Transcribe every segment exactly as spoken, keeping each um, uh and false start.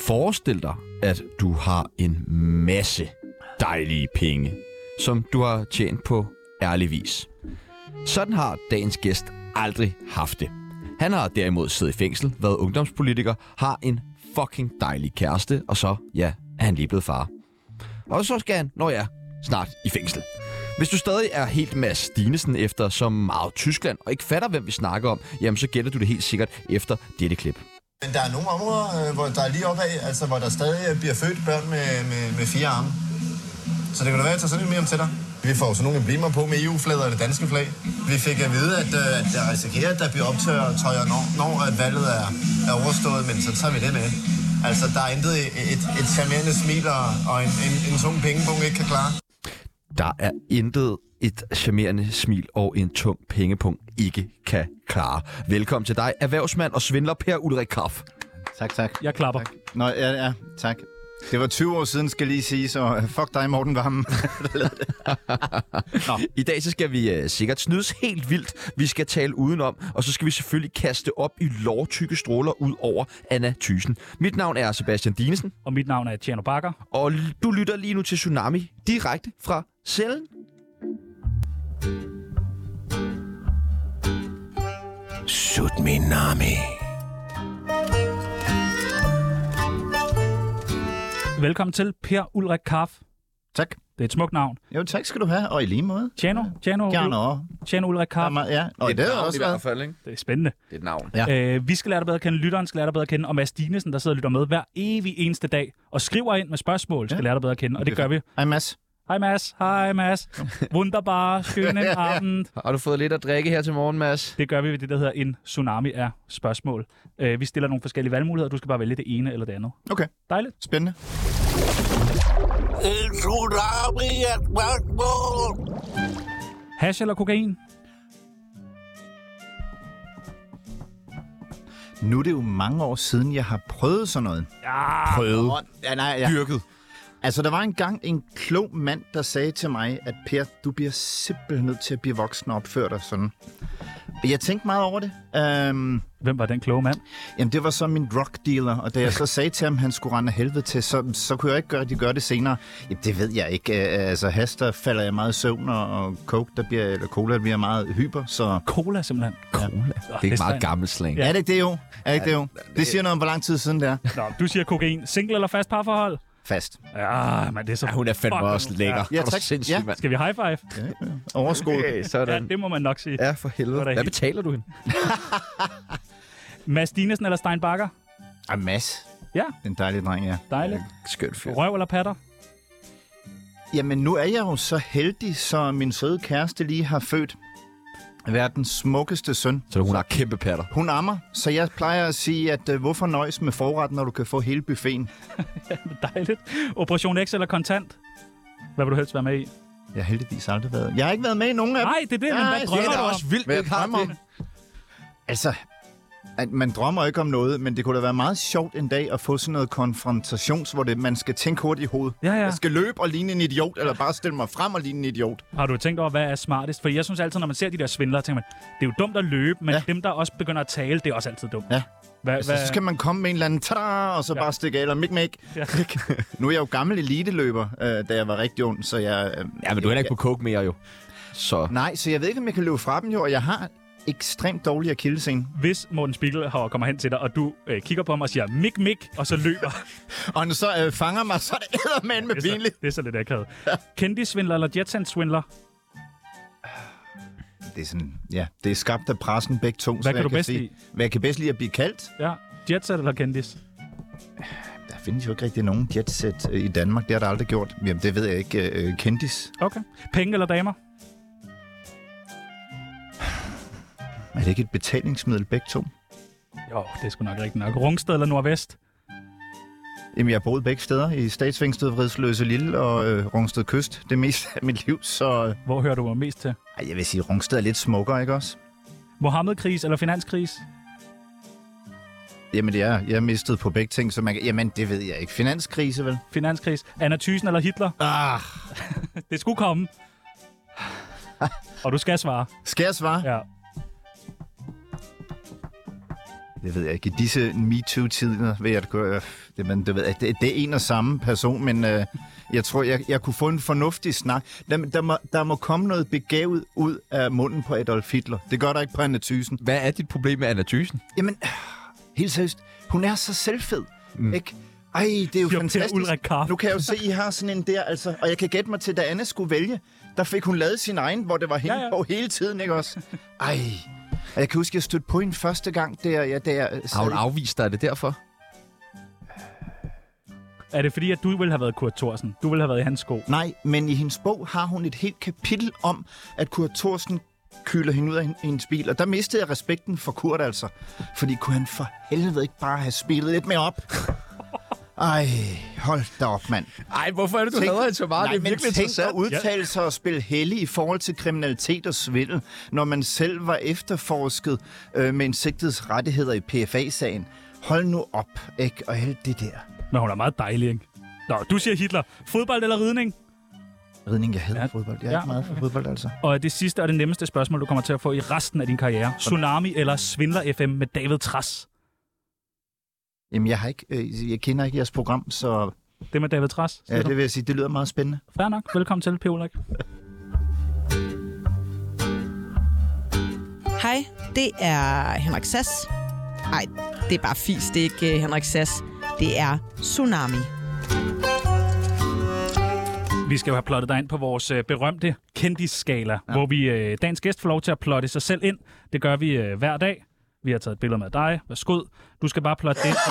Forestil dig, at du har en masse dejlige penge, som du har tjent på ærlig vis. Sådan har dagens gæst aldrig haft det. Han har derimod siddet i fængsel, været ungdomspolitiker, har en fucking dejlig kæreste, og så, ja, er han lige blevet far. Og så skal han, når jeg snart i fængsel. Hvis du stadig er helt Mads Dinesen efter så meget Tyskland, og ikke fatter, hvem vi snakker om, jamen så gætter du det helt sikkert efter dette klip. Men der er nogle områder, hvor der er lige opad, altså hvor der stadig bliver født børn med, med, med fire arme. Så det kan da være, at jeg tager sådan lidt mere om til dig. Vi får sådan nogle emblemer på med E U-flaget og det danske flag. Vi fik at vide, at, at der risikerer, at der bliver optøjer, når, når at valget er, er overstået, men så tager vi det med. Altså, der er intet et, et, et charmerende smil og, og en, en, en tung pengepunkt ikke kan klare. Der er intet et charmerende smil og en tung pengepunkt ikke kan klare. Velkommen til dig, erhvervsmand og svindler Per Ulrik Karff. Tak, tak. Jeg klapper. Tak. Nå, ja, ja, tak. Det var tyve år siden, skal lige sige, så fuck dig, Morten Vammen. I dag så skal vi uh, sikkert snydes helt vildt. Vi skal tale udenom, og så skal vi selvfølgelig kaste op i lårtykke stråler ud over Anna Thyssen. Mit navn er Sebastian Dinesen. Og mit navn er Tjerno Bakker. Og du lytter lige nu til Tsunami, direkte fra cellen. Tsunami. Velkommen til Per Ulrik Karff. Tak. Det er et smukt navn. Jo, tak skal du have, og i lige måde. Tjerno, Tjerno, Gerne Tjerno Ulrik Karff. Ja, og det er også i hvert fald, ikke? Det er spændende. Det er et navn. Ja. Øh, vi skal lære dig bedre at kende, lytteren skal lære dig bedre at kende, og Mads Dinesen, der sidder og lytter med hver evig eneste dag, og skriver ind med spørgsmål, skal ja. lære dig bedre at kende, og det gør vi. Hej Mads. Hej Mads, hej Mads. Wunderbar, schönen Abend. Har du fået lidt at drikke her til morgen, Mads? Det gør vi ved det, der hedder en tsunami af spørgsmål. Øh, vi stiller nogle forskellige valgmuligheder, du skal bare vælge det ene eller det andet. Okay. Dejligt. Spændende. En tsunami af spørgsmål. Hash eller kokain? Nu er det jo mange år siden, jeg har prøvet sådan noget. Ja. Prøvet. Ja, nej, ja. Dyrket. Altså, der var engang en klog mand, der sagde til mig, at Per, du bliver simpelthen nødt til at blive voksen og opføre dig sådan. Og jeg tænkte meget over det. Um, Hvem var den kloge mand? jamen, det var så min drug dealer, og da jeg så sagde til ham, at han skulle rende helvede til, så, så kunne jeg ikke gøre, at de gør det senere. Jamen, det ved jeg ikke. Uh, altså, has, der falder jeg meget i søvn, og, og coke, der bliver, eller cola, der bliver meget hyper, så... Cola simpelthen. Cola. Ja. Det er ikke meget gammelt slang. Ja. Er det ikke det jo? Er det ikke det jo? Det siger noget om, hvor lang tid siden det er. Nå, du siger kokain. Single eller fast parforhold? Fast. Ja, men det er så... Ja, hun er fandme fucking også lækker. Ja, Er du tak. sindssyg, Ja. mand? Skal vi high five? Ja, ja. Overskud. Okay, sådan. Ja, det må man nok sige. Ja, for helvede. Hvad betaler du hende? Mads Dinesen eller Stein Bakker? Ah, Mads. Ja. En dejlig dreng, ja. Dejligt. Skønt fyr. Røv eller patter? Jamen, nu er jeg jo så heldig, så min søde kæreste lige har født verdens smukkeste søn. Så hun har kæmpe patter. Hun ammer, så jeg plejer at sige, at uh, hvorfor nøjes med forret, når du kan få hele buffeten? Ja, dejligt. Operation X eller kontant? Hvad vil du helst være med i? Jeg har heldigvis aldrig været... Jeg har ikke været med i nogen af dem. Nej, det er det, men Nej, hvad det drømmer Det er du da om? også vildt, Hvad ikke jeg har drømmer det. om. Altså, at man drømmer ikke om noget, men det kunne da være meget sjovt en dag at få sådan noget konfrontations, hvor det, man skal tænke hurtigt i hovedet. Ja, ja. Jeg skal løbe og ligne en idiot, eller bare stille mig frem og ligne en idiot. Har du tænkt over, hvad er smartest? For jeg synes altid, når man ser de der svindlere, tænker man, det er jo dumt at løbe, men ja. dem, der også begynder at tale, det er også altid dumt. Ja. Hvad, Altså, hvad... så skal man komme med en eller anden tada, og så Ja. ja. bare stikke af, eller mik mik. Ja. Nu er jeg jo gammel eliteløber, øh, da jeg var rigtig ung, så jeg... Øh, Ja, men du er heller ikke på coke mere, jo. Så... Nej, så jeg ved ikke, om jeg kan løbe fra dem jo, og jeg har ekstremt dårlig akillescene. Hvis Morten Spiegelhauer kommer hen til dig, og du øh, kigger på ham og siger mik mik, og så løber. Og når så øh, fanger mig, så er det eddermand med det, er så, pinligt. det er så lidt akavet. Kendis-svindler eller jetsendt-svindler? Det er sådan, ja, det er skabt af pressen begge to. Hvad så kan jeg du bedst sige, lide? Hvad jeg kan bedst lide at blive kaldt? Ja, jetset eller kendis? Der findes jo ikke rigtig nogen jetset øh, i Danmark. Det har der aldrig gjort. Jamen, det ved jeg ikke. Øh, kendis. Okay. Penge eller damer? Er det ikke et betalingsmiddel begge to? Jo, det er sgu nok rigtigt nok. Rungsted eller Nordvest? Jamen, jeg har boet begge steder. I Statsfængslet, Vridsløse Lille og øh, Rungsted Kyst. Det meste af mit liv, så... Øh, Hvor hører du mig mest til? ej, jeg vil sige, Rungsted er lidt smukkere, ikke også? Mohammed-kris eller finanskris? Jamen, det er. Jeg har mistet på begge ting, så man kan... Jamen, det ved jeg ikke. Finanskrise, vel? Finanskris. Anna Thyssen eller Hitler? Ah, Det skulle komme. Og du skal svare. skal jeg svare? Ja. Det ved jeg ikke. I disse MeToo-tider ved jeg, at det, man, det, ved, at det, det er en og samme person, men øh, jeg tror, jeg, jeg kunne få en fornuftig snak. Der, der, må, der må komme noget begavet ud af munden på Adolf Hitler. Det gør der ikke på Anna Thyssen. Hvad er dit problem med Anna Thyssen? Jamen, helt seriøst. Hun er så selvfed, mm. ikke? Ej, det er jo Siger fantastisk. Per Ulrik Karp. Nu kan jeg jo se, I har sådan en der, altså. Og jeg kan gætte mig til, da Anna skulle vælge, der fik hun lavet sin egen, hvor det var hende ja, ja. på hele tiden, ikke også? Ej. Og jeg kan huske, jeg stødte på hende første gang, der jeg der sad. Har hun afvist dig, er det derfor? Er det fordi, at du ville have været Kurt Thorsen? Du ville have været i hans sko? Nej, men i hendes bog har hun et helt kapitel om, at Kurt Thorsen kyler hende ud af hendes bil. Og der mistede jeg respekten for Kurt, altså. Fordi kunne han for helvede ikke bare have spillet lidt mere op? Ej, hold da op, mand. Ej, hvorfor er det, du tænk, hader hende så meget? Nej, det er virkelig tænk interessant. at udtale sig og spille hellig i forhold til kriminalitet og svindel, når man selv var efterforsket øh, med en sigtets rettigheder i P F A-sagen. Hold nu op, ikke? Og alt det der. Men hun er meget dejlig, ikke? Nå, du siger Hitler. Fodbold eller ridning? Ridning, jeg hader Ja. fodbold. Jeg er Ja, ikke meget for okay. fodbold, altså. Og det sidste og det nemmeste spørgsmål, du kommer til at få i resten af din karriere. Tsunami eller Svindler F M med David Trads? Jamen, jeg har ikke, øh, jeg kender ikke jeres program, så Det med David Trads? ja, det vil jeg sige, det lyder meget spændende. Fair nok. Velkommen til, Per Ulrik. Hej, det er Henrik Sass. Nej, det er bare fis, det er ikke uh, Henrik Sass. Det er Tsunami. Vi skal jo have plottet dig ind på vores øh, berømte kendisskala, ja. hvor vi øh, dagens gæst får lov til at plotte sig selv ind. Det gør vi øh, hver dag. Vi har taget et billede med dig. Værsgo. Du skal bare plotte det ind.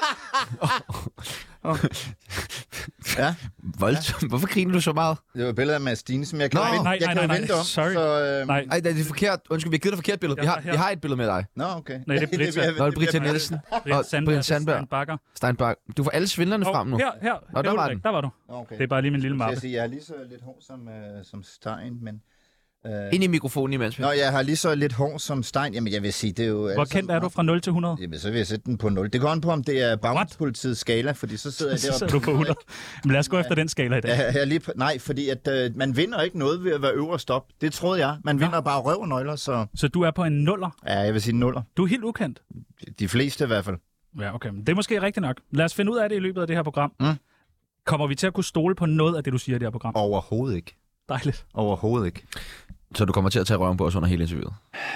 Ja. Voldsomt. Hvorfor griner du så meget? Det var billeder af Mads Stine, som jeg kan Nå, jo vente, nej, jeg nej, kan jo nej, vente nej. om. Sorry. Så, øh, Nej, Ej, det er forkert. Undskyld, vi har givet dig forkert billede. Vi har, vi har et billede med dig. Nå, okay. Nej, det er Britta. bliver- Nå, det er Britta bliver- Nielsen Brian og Sandberg. Brian Sandberg. Stein Bakker. Steinbach. Du får alle svindlerne frem nu. Her, her. Nå, der Per var Ulrik, den. Der var du. Okay. Det er bare lige min lille Så jeg, mappe. sige, jeg har lige så lidt hår som, øh, som Stein, men... Øh... Ind i mikrofonen imens. Nå, jeg har lige så lidt hår som Stein. Jamen, jeg vil sige, det er jo... Hvor kendt er du fra nul til hundrede? Jamen, så vil jeg sætte den på nul. Det går an på, om det er bagmandspolitiets skala, fordi så sidder jeg Så deroppe. sidder du på hundrede. Men lad os gå efter den skala i dag. Ja, jeg lige på, nej, fordi at, øh, man vinder ikke noget ved at være øverst op. Det troede jeg. Man vinder bare røv og nøgler, så... Så du er på en nuller. Ja, jeg vil sige nuller. Du er helt ukendt. De fleste i hvert fald. Ja, okay. Men det er måske rigtigt nok. Lad os finde ud af det i løbet af det her program. Mm. Kommer vi til at kunne stole på noget af det, du siger i det her program? Overhovedet ikke. Dejligt. Overhovedet ikke. Så du kommer til at tage røven på os under hele interviewet?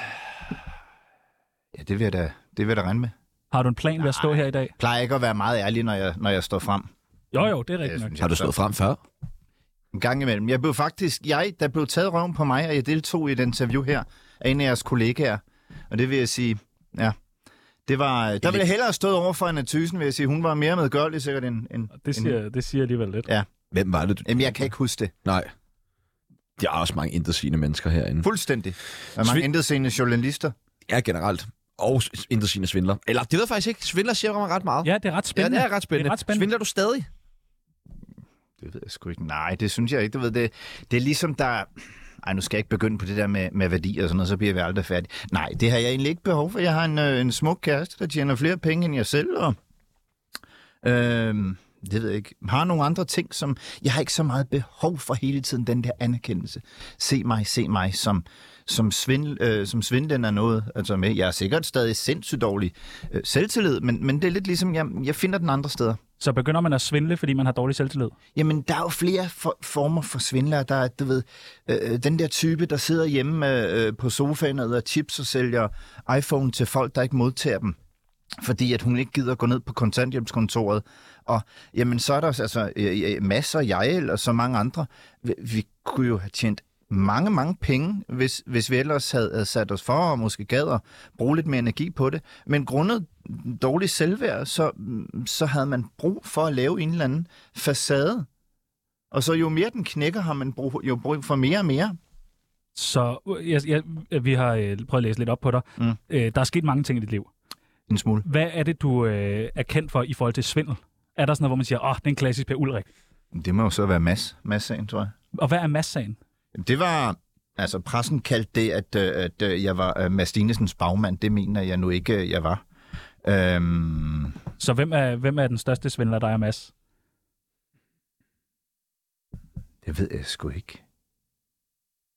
Ja, det vil jeg da, det vil jeg da regne med. Har du en plan ved at stå her i dag? Jeg plejer ikke at være meget ærlig, når jeg, når jeg står frem. Jo, jo, det er rigtigt Jeg nok. synes, Har du stået frem før? En gang imellem. Jeg blev faktisk, jeg, der blev taget røven på mig, og jeg deltog i et interview her af en af jeres kollegaer. Og det vil jeg sige, ja. Det var, der ville jeg hellere have stået over for Anna Thyssen, vil jeg sige. Hun var mere medgørlig sikkert end... end Det siger, det siger alligevel lidt. Ja. Hvem var det? Du... Jamen, jeg kan ikke huske det. Nej. Der er også mange intetsigende mennesker herinde. Fuldstændig. Der er mange Svin- intetsigende journalister. Ja, generelt. Og intetsigende svindler. Eller det ved jeg faktisk ikke. Svindler siger mig ret meget. Ja, det er ret spændende. Ja, det er ret spændende. Det er ret spændende. Svindler du stadig? Det ved jeg sgu ikke. Nej, det synes jeg ikke. Du ved, det, det er ligesom, der... Ej, nu skal jeg ikke begynde på det der med, med værdi og sådan noget, så bliver vi aldrig færdige. Nej, det har jeg egentlig ikke behov for. Jeg har en, øh, en smuk kæreste, der tjener flere penge end jeg selv, og... Øh, det ved jeg ikke. Har nogle andre ting, som... Jeg har ikke så meget behov for hele tiden, den der anerkendelse. Se mig, se mig, som, som, svindel, øh, som svindlen er noget altså med. Jeg er sikkert stadig sindssygt dårlig øh, selvtillid, men, men det er lidt ligesom, jeg, jeg finder den andre steder. Så begynder man at svindle, fordi man har dårlig selvtillid? Jamen, der er jo flere for, former for svindlere. Der er, du ved, øh, den der type, der sidder hjemme øh, på sofaen og æder chips og sælger iPhone til folk, der ikke modtager dem, fordi at hun ikke gider gå ned på kontanthjælpskontoret. Og jamen, så er der altså øh, masser af jeg og så mange andre. Vi, vi kunne jo have tjent mange, mange penge, hvis, hvis vi ellers havde, havde sat os for og måske gad at bruge lidt mere energi på det. Men grundet dårlig selvværd, så, så havde man brug for at lave en eller anden facade. Og så jo mere den knækker, har man brug, jo brug for mere og mere. Så jeg, jeg, vi har øh, prøvet at læse lidt op på dig. Mm. Øh, der er sket mange ting i dit liv. En smule. Hvad er det, du øh, er kendt for i forhold til svindel? Er der sådan noget, hvor man siger, åh, oh, det er en klassisk Per Ulrik? Det må jo så være Mads, Mads-sagen, tror jeg. Og hvad er Mads-sagen? Det var, altså pressen kaldte det, at, at jeg var Mads Stinesens bagmand. Det mener jeg nu ikke, jeg var. Øhm... Så hvem er, hvem er den største svindler, der er Mads? Det ved jeg sgu ikke.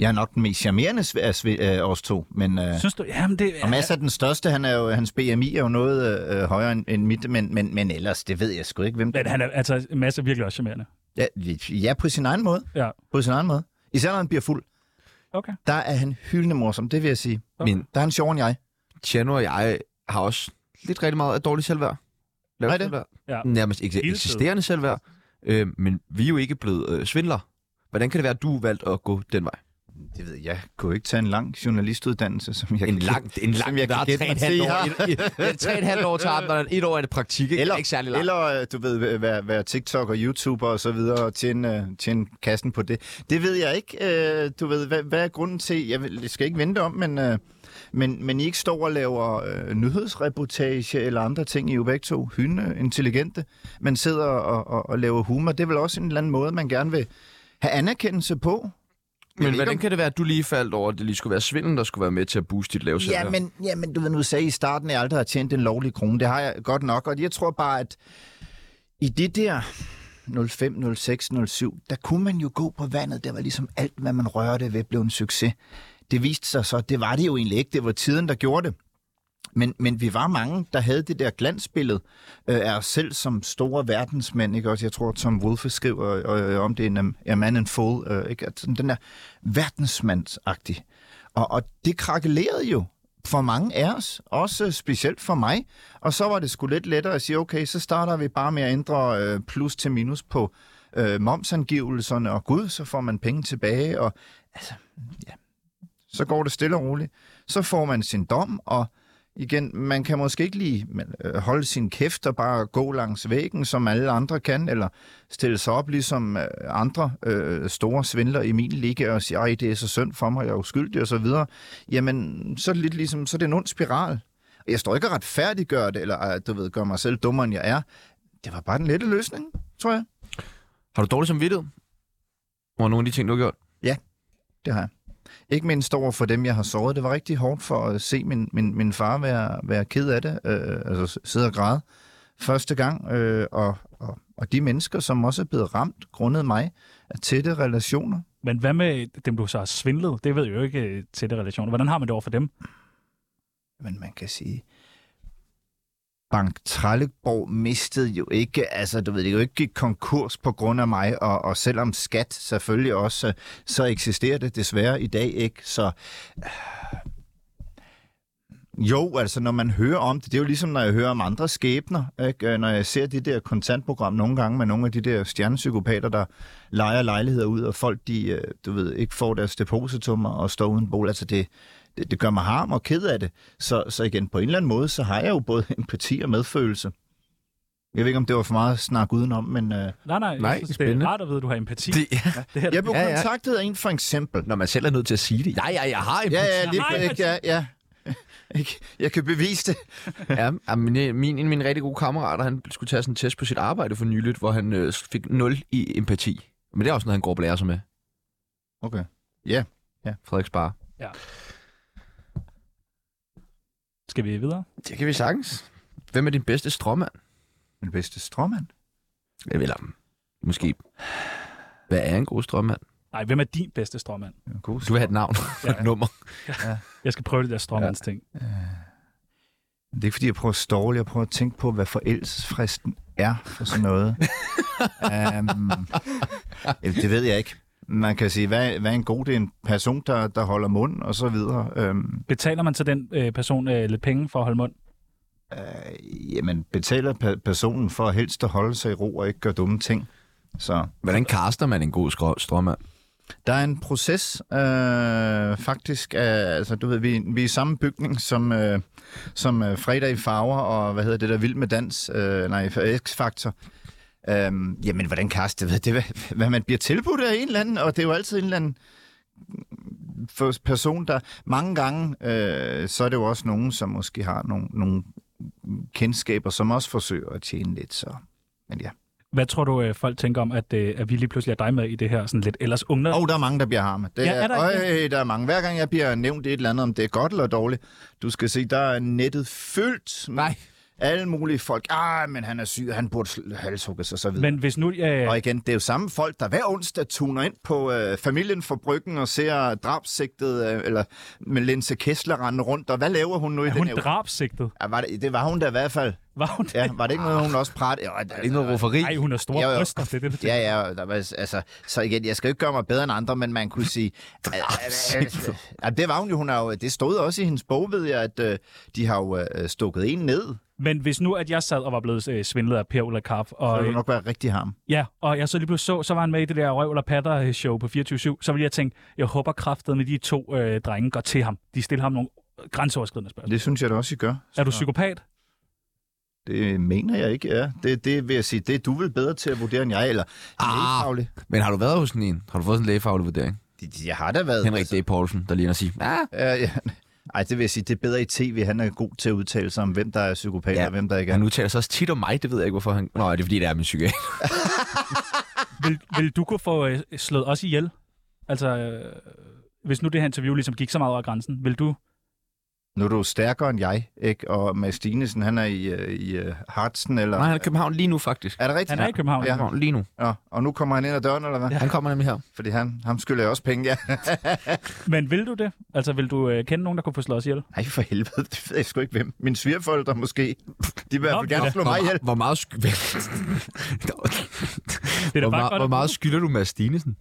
Jeg er nok den mest charmerende af øh, os to, men... Øh, Synes du? Jamen, det og Mads er den største, han er jo, hans B M I er jo noget øh, højere end, end mit, men, men, men ellers, det ved jeg sgu ikke, hvem... Men han er, altså, Mads er virkelig også charmerende. Ja, ja, på sin egen måde. Ja. På sin egen måde. Især når han bliver fuld. Okay. Der er han hyldende morsom, det vil jeg sige. Okay. Men Der er han sjovere end jeg. Tjerno og jeg har også lidt rigtig meget af dårligt selvværd. Lavt Nej, det? selvværd. Ja. Nærmest ikke Hele eksisterende selvværd. Øh, men vi er jo ikke blevet øh, svindlere. Hvordan kan det være, at du valgte at gå den vej? Det ved jeg. Jeg kunne ikke tage en lang journalistuddannelse, som jeg En kan lang, en lang, som jeg der kan er gætte tre og mig et til halvt år. her. Et, et, et, tre og et halvt år til arbejde, et år er det praktik, ikke? Eller, Ikke særlig langt. eller du ved, være, være TikTok og YouTuber og så videre, og tjene, tjene kassen på det. Det ved jeg ikke. Du ved, hvad, hvad er grunden til? Jeg, vil, jeg skal ikke vente om, men, men, men I ikke står og laver øh, nyhedsreportage eller andre ting. I er jo begge to hynde, intelligente. Man sidder og, og, og laver humor. Det er vel også en eller anden måde, man gerne vil have anerkendelse på. Men hvordan kan det være, at du lige faldt over, at det lige skulle være svindel, der skulle være med til at booste dit lave Ja, men, ja, men du ved, nu sagde I i starten, at jeg aldrig har tjent en lovlig krone. Det har jeg godt nok, og jeg tror bare, at i det der nul fem, nul seks, nul syv, der kunne man jo gå på vandet. Det var ligesom alt, hvad man rørte ved, blev en succes. Det viste sig så, det var det jo egentlig ikke. Det var tiden, der gjorde det. Men, men vi var mange, der havde det der glansbillede øh, af os selv som store verdensmænd. Ikke? Også, jeg tror, Tom Wolfe skriver øh, om det en A Man in Full. Øh, ikke? Altså, den der verdensmandsagtig. Og, og det krakelerede jo for mange af os, også specielt for mig. Og så var det sgu lidt lettere at sige, okay, så starter vi bare med at ændre øh, plus til minus på øh, momsangivelserne, og gud, så får man penge tilbage. Og altså, ja, så går det stille og roligt. Så får man sin dom, og igen, man kan måske ikke lige holde sin kæft og bare gå langs væggen, som alle andre kan, eller stille sig op ligesom andre øh, store svindlere i min liga og sige, ej, det er så synd for mig, jeg er uskyldig og så videre. Jamen, så er det lidt ligesom, så er det en ond spiral. Jeg står ikke at retfærdiggøre det, eller du ved, gør mig selv dummere, end jeg er. Det var bare den lette løsning, tror jeg. Har du dårligt samvittighed over nogle af de ting, du har gjort? Ja, det har jeg. Ikke mindst over for dem, jeg har såret. Det var rigtig hårdt for at se min, min, min far være, være ked af det, øh, altså sidde og græde første gang. Øh, og, og, og de mennesker, som også er blevet ramt, grundet mig, af tætte relationer. Men hvad med dem, du så har svindlet? Det ved jeg jo ikke, tætte relationer. Hvordan har man det over for dem? Men man kan sige, Bank Trelleborg mistede jo ikke, altså du ved, det jo ikke gik konkurs på grund af mig, og, og selvom skat selvfølgelig også, så eksisterer det desværre i dag ikke, så øh, jo, altså når man hører om det, det er jo ligesom når jeg hører om andre skæbner, ikke? Når jeg ser det der kontantprogram nogle gange med nogle af de der stjernepsykopater, der lejer lejligheder ud, og folk de, du ved, ikke får deres depositummer og står uden bolig, altså det Det, det gør mig harm og ked af det. Så, så igen, på en eller anden måde, så har jeg jo både empati og medfølelse. Jeg ved ikke, om det var for meget snak udenom, men... Uh... Nej, nej, nej, jeg synes, det er rart at vide, at du har empati. Det, ja. Det her, Jeg blev ja, ja. kontaktet af en for eksempel. Når man selv er nødt til at sige det. Ja, ja, jeg har empati. Ja, ja, lige, Nej, ikke, ja, ja. Ikke, jeg kan bevise det. Ja, min, min, en af mine rigtig gode kammerater, han skulle tage sådan en test på sit arbejde for nyligt, hvor han øh, fik nul i empati. Men det er også noget, han går og blærer sig med. Okay. Ja. ja. Frederik Spar. Ja. Skal vi videre? Det kan vi sagtens. Hvem er din bedste stråmand? Min bedste stråmand? Eller måske, hvad er en god stråmand? Nej, hvem er din bedste stråmand? God Du vil have et navn og Ja. et nummer. Ja. Jeg skal prøve det der stråmandsting. Det er ikke, fordi jeg prøver at ståle. Jeg prøver at tænke på, hvad forældelsesfristen er for sådan noget. um, det ved jeg ikke. Man kan sige, hvad, hvad er en god? Det er en person, der, der holder mund, og så videre. Um, Betaler man til den øh, person øh, lidt penge for at holde mund? uh, jamen, betaler pe- personen for helst at holde sig i ro og ikke gøre dumme ting. Så Hvordan kaster man en god skrå- stråmand? der er en proces, øh, faktisk. Øh, altså, du ved, vi, vi er i samme bygning som, øh, som øh, Fredag i Farver og hvad hedder det der Vild med Dans, øh, nej, X-Factor. Øhm, jamen, hvordan kaster det? Det hvad, hvad man bliver tilbudt af en eller anden, og det er jo altid en eller anden person, der mange gange, øh, så er det jo også nogen, som måske har nogle, nogle kendskaber, som også forsøger at tjene lidt, så, men ja. Hvad tror du, øh, folk tænker om, at, øh, at vi lige pludselig er dig med i det her sådan lidt ellers unge? Og oh, der er mange, der bliver harmet. Det Ja, er, er der ikke øj, der er mange. Hver gang jeg bliver nævnt et eller andet, om det er godt eller dårligt, du skal se, der er nettet fyldt. Nej. Alle mulige folk. Ah, men han er syg, han burde halshugges og så videre. Men hvis nu... Øh... Og igen, det er jo samme folk, der hver onsdag tuner ind på øh, Familien for Bryggen og ser drabssigtet, øh, eller med Linse Kessler rende rundt. Og hvad laver hun nu i er den hun her drabssigtet? Ja, var det, det var hun da i hvert fald. Var hun det? Ja, var det ikke noget, hun også pratede? Ja, det er ikke noget rufferi. Nej, hun er store Jo, jo. bryster, det er det, du Ja, ja, der var, altså, så igen, jeg skal jo ikke gøre mig bedre end andre, men man kunne sige, ja, det var hun jo, hun har jo, det stod også i hendes bog, ved jeg, at øh, de har jo øh, stukket en ned. Men hvis nu, at jeg sad og var blevet øh, svindlet af Per Ulla Karp, Så og, ville øh, det nok være rigtig ham. ja, og jeg så lige pludselig så, så var han med i det der Røv eller Patter show på fireogtyve syv, så ville jeg tænke, jeg håber kraftet med de to øh, drenge går til ham. De stiller ham nogle grænseoverskridende spørgsmål. Det synes jeg da også, I gør. Er du psykopat? Det mener jeg ikke, ja. Det, det vil jeg sige, det er du vel bedre til at vurdere end jeg, eller lægefaglig. Men har du været hos sådan en? Har du fået sådan en lægefaglig vurdering? Jeg har da været... Henrik altså. D. Poulsen, der lige at sige, ah. Ja, ja. Ej, det vil jeg sige, det er bedre i tv. Han er god til at udtale sig om, hvem der er psykopat ja, og hvem der ikke er. Han udtaler sig også tit om mig, det ved jeg ikke, hvorfor han... Nå, det er fordi, det er min psykiater. vil, vil du kunne få øh, slået os ihjel? Altså, øh, hvis nu det her interview ligesom gik så meget over grænsen, vil du... Nu er du stærkere end jeg, ikke? Og Mads Stinesen, han er i, uh, i uh, Hartsen, eller... Nej, han er i København lige nu, faktisk. Er det rigtigt? Han er i København. Ja. Ja. Lige nu. Ja, og nu kommer han ind ad døren, eller hvad? Ja. Han kommer nemlig her. Fordi han, ham skylder jeg også penge, ja. Men vil du det? Altså, vil du øh, kende nogen, der kunne få slået os ihjel? Nej, for helvede, det ved jeg sgu ikke hvem. Mine svigerforældre måske. De vil i hvert fald gerne slå Hvor, mig ihjel. hvor meget, sky... Det er da hvor, bare meget, godt, hvor meget skylder du Mads Stinesen?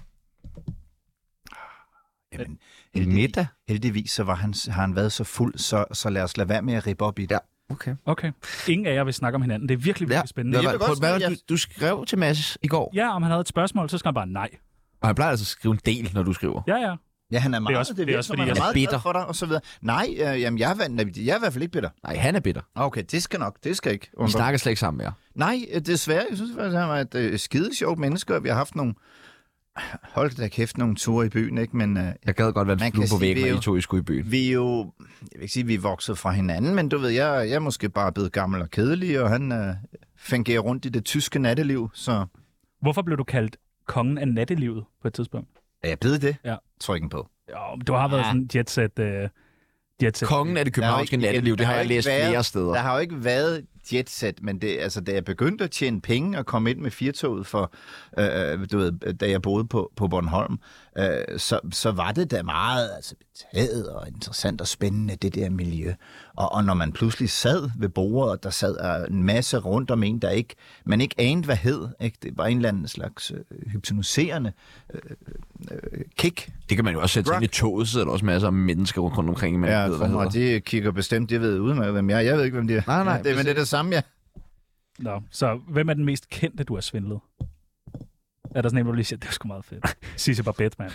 Jamen, En heldigvis, middag? heldigvis så var han, har han været så fuld, så, så lad os lade være med at rippe op i det. Ja, okay. Okay. Ingen af jer vil snakke om hinanden. Det er virkelig, virkelig Ja. spændende. Det Hvad, vil var, godt hvad, sige, du, du skrev til Mads i går, Ja, om han havde et spørgsmål, så skal han bare nej. og han plejer altså at skrive en del, når du skriver. Ja, ja. Ja, han er meget, Det er også- det det er virker også som, fordi, han er jeg er meget bitter. glad for dig, og så videre. Nej, øh, jamen, jeg er, vand- jeg er i hvert fald ikke bitter. Nej, han er bitter. Okay, det skal nok, det skal ikke. Vi snakker slet ikke sammen mere. Nej, øh, desværre. Jeg synes faktisk, han var et øh, skide sjovt menneske, og vi har haft nogle... Hold da kæft, nogle ture i byen, ikke? Men øh, Jeg gad godt være Man en kan flue på sige, væggen, vi er når jo- I to I skulle i byen. vi er jo... Jeg vil ikke sige, at vi er vokset fra hinanden, men du ved, jeg, jeg er måske bare blevet gammel og kedelig, og han øh, fungerer rundt i det tyske natteliv, så... Hvorfor blev du kaldt kongen af nattelivet på et tidspunkt? Er jeg blevet det? Ja. Tror ikke på. Jo, du har været Ja. sådan jetset... Øh, jetset. Kongen af det københavnske Der har jo ikke- natteliv, det der har har jeg ikke læst været- flere steder. Der har jo ikke været jetset, men det, altså, da jeg begyndte at tjene penge og komme ind med firtoget, for, øh, du ved, da jeg boede på, på Bornholm, øh, så, så var det da meget altså, betaget og interessant og spændende, det der miljø. Og, og når man pludselig sad ved bordet, og der sad en masse rundt om en, der ikke, man ikke anede, hvad hed. Ikke? Det var en eller anden slags øh, hypnotiserende øh, øh, kick. Det kan man jo også sætte sig ind i toget, så sidder der også masser af mennesker rundt omkring, man Ja, ved, hvad for mig, hedder. de kigger bestemt, jeg ved udmærket, hvem jeg er. Jeg ved ikke, hvem de er. Nej, nej, det, men det er det samme, ja. Nå, så hvem er den mest kendte, du har svindlet? Er der sådan en, hvor du lige siger, det er sgu meget fedt. Sisse Babette, mand.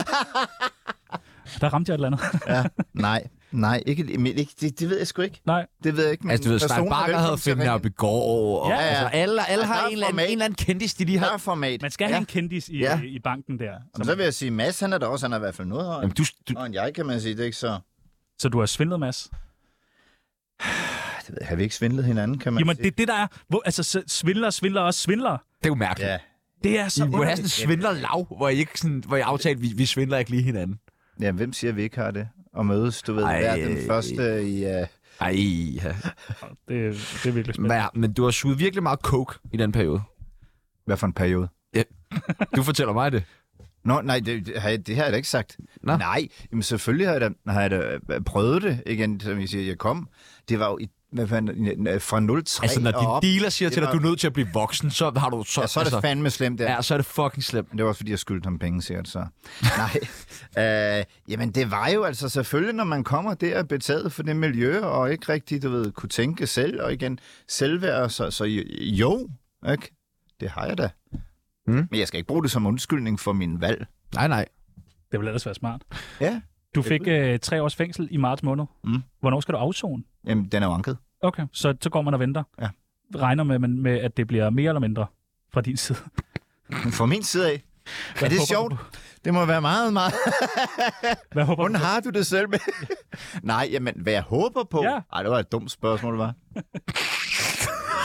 Der ramte jeg et eller andet. Ja, nej, nej, ikke, men ikke det, det ved jeg sgu ikke. Nej. Det ved jeg ikke. Men Altså, du ved, Stein personen er Bakker velkommen havde til at fundet her ringe. Begård, og Ja, ja, ja. altså, alle, alle Ja, har der er en eller, anden, format. en eller anden kendis, de lige Der har... er format. Man skal have en kendis i, Ja. i, i banken der. Jamen, så vil jeg sige, Mads, han er der også, han er i hvert fald noget højere. Jamen, du, du, Nå, end jeg, kan man sige, det er ikke så... Så du har svindlet, Mads? Det ved jeg, har vi ikke svindlet hinanden, kan man Jamen, sige? det er det, der er. Hvor, altså, så svindler, svindler også svindler. det er jo mærkeligt. Ja. Det er så I må have sådan en underligt. svindlerlav, hvor I, ikke sådan, hvor I aftalte, vi, vi svindler ikke lige hinanden. Ja, hvem siger, at vi ikke har det? Og mødes, du ved, Ej. hver den første i... Uh... Ej, ja. Det, det er virkelig spændende. Men, men du har suget virkelig meget coke i den periode. Hvad for en periode? Du fortæller mig det. Nå, nej, det, det, har jeg, det har jeg da ikke sagt. Nå. Nej, jamen selvfølgelig har jeg da, har jeg da øh, prøvet det igen, som jeg siger, jeg kom. Det var jo i, hvad fanden, fra nul komma tre Altså, når og din op. dealer siger Det til dig, var- at du er nødt til at blive voksen, så har du... Så, Ja, så er det altså, fandme slemt, der. Ja, så er det fucking slemt. Men det var også, fordi jeg skyldte ham penge, sikkert, så... Nej. Øh, jamen, det var jo altså selvfølgelig, når man kommer der og betaget for det miljø, og ikke rigtig, du ved, kunne tænke selv, og igen, selvværd, så, så jo, ikke? Det har jeg da. Mm. Men jeg skal ikke bruge det som undskyldning for min valg. Nej, nej. Det vil ellers være smart. Ja. Du fik øh, tre års fængsel i marts måned. Mm. Hvornår skal du afzone? Jamen, den er jo anket. Okay, så, så går man og venter. Ja. Regner med, med, med, at det bliver mere eller mindre fra din side. Fra min side af. Hvad Er det håber sjovt? du? Det må være meget, meget... Hvad håber Hvordan du? har du det selv med? Nej, jamen, hvad jeg håber på... Ja. Ej, det var et dumt spørgsmål, var.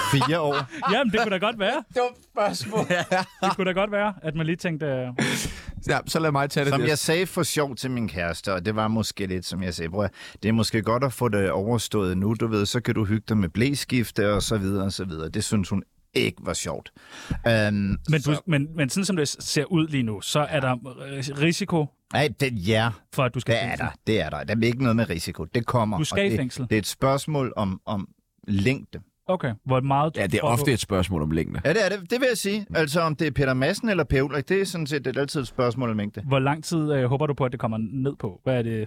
Fire år. Jamen, det kunne da godt være. Dumt spørgsmål. Det kunne da godt være, at man lige tænkte... Uh... Ja, så lad mig tage det. Som der. jeg sagde for sjov til min kæreste, og det var måske lidt, som jeg sagde, bror, det er måske godt at få det overstået nu, du ved, så kan du hygge dig med blæskifte og så videre og så videre. Det synes hun ikke var sjovt. Um, Men, du, så... men, men sådan som det ser ud lige nu, så er der risiko Nej, det, ja, for, at du skal det er der. Det er der. Der er ikke noget med risiko. Det kommer. Du skal og i det, fængsel. Det er et spørgsmål om, om længde. Okay, hvor meget... Ja, det er ofte et spørgsmål om længde. Ja, det er det. Det vil jeg sige. Altså, om det er Peter Madsen eller Per Ulrik, det er sådan set det er altid et spørgsmål om længde. Hvor lang tid øh, håber du på, at det kommer ned på? Hvad er det?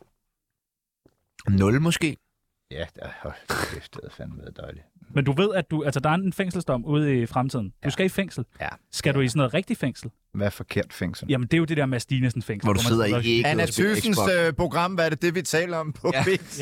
Nul måske. Ja, det er, det er fandme dejligt. Men du ved, at du, altså, der er en fængselsdom ude i fremtiden. Du Ja. skal i fængsel. Ja. Skal du i sådan noget rigtig fængsel? Hvad er forkert fængsel? Jamen, det er jo det der Mads Dinesen fængsel. Hvor du sidder i ikke Anna og spiller Thyssens Xbox. øh, program, hvad er det, det vi taler om på Ja. B T?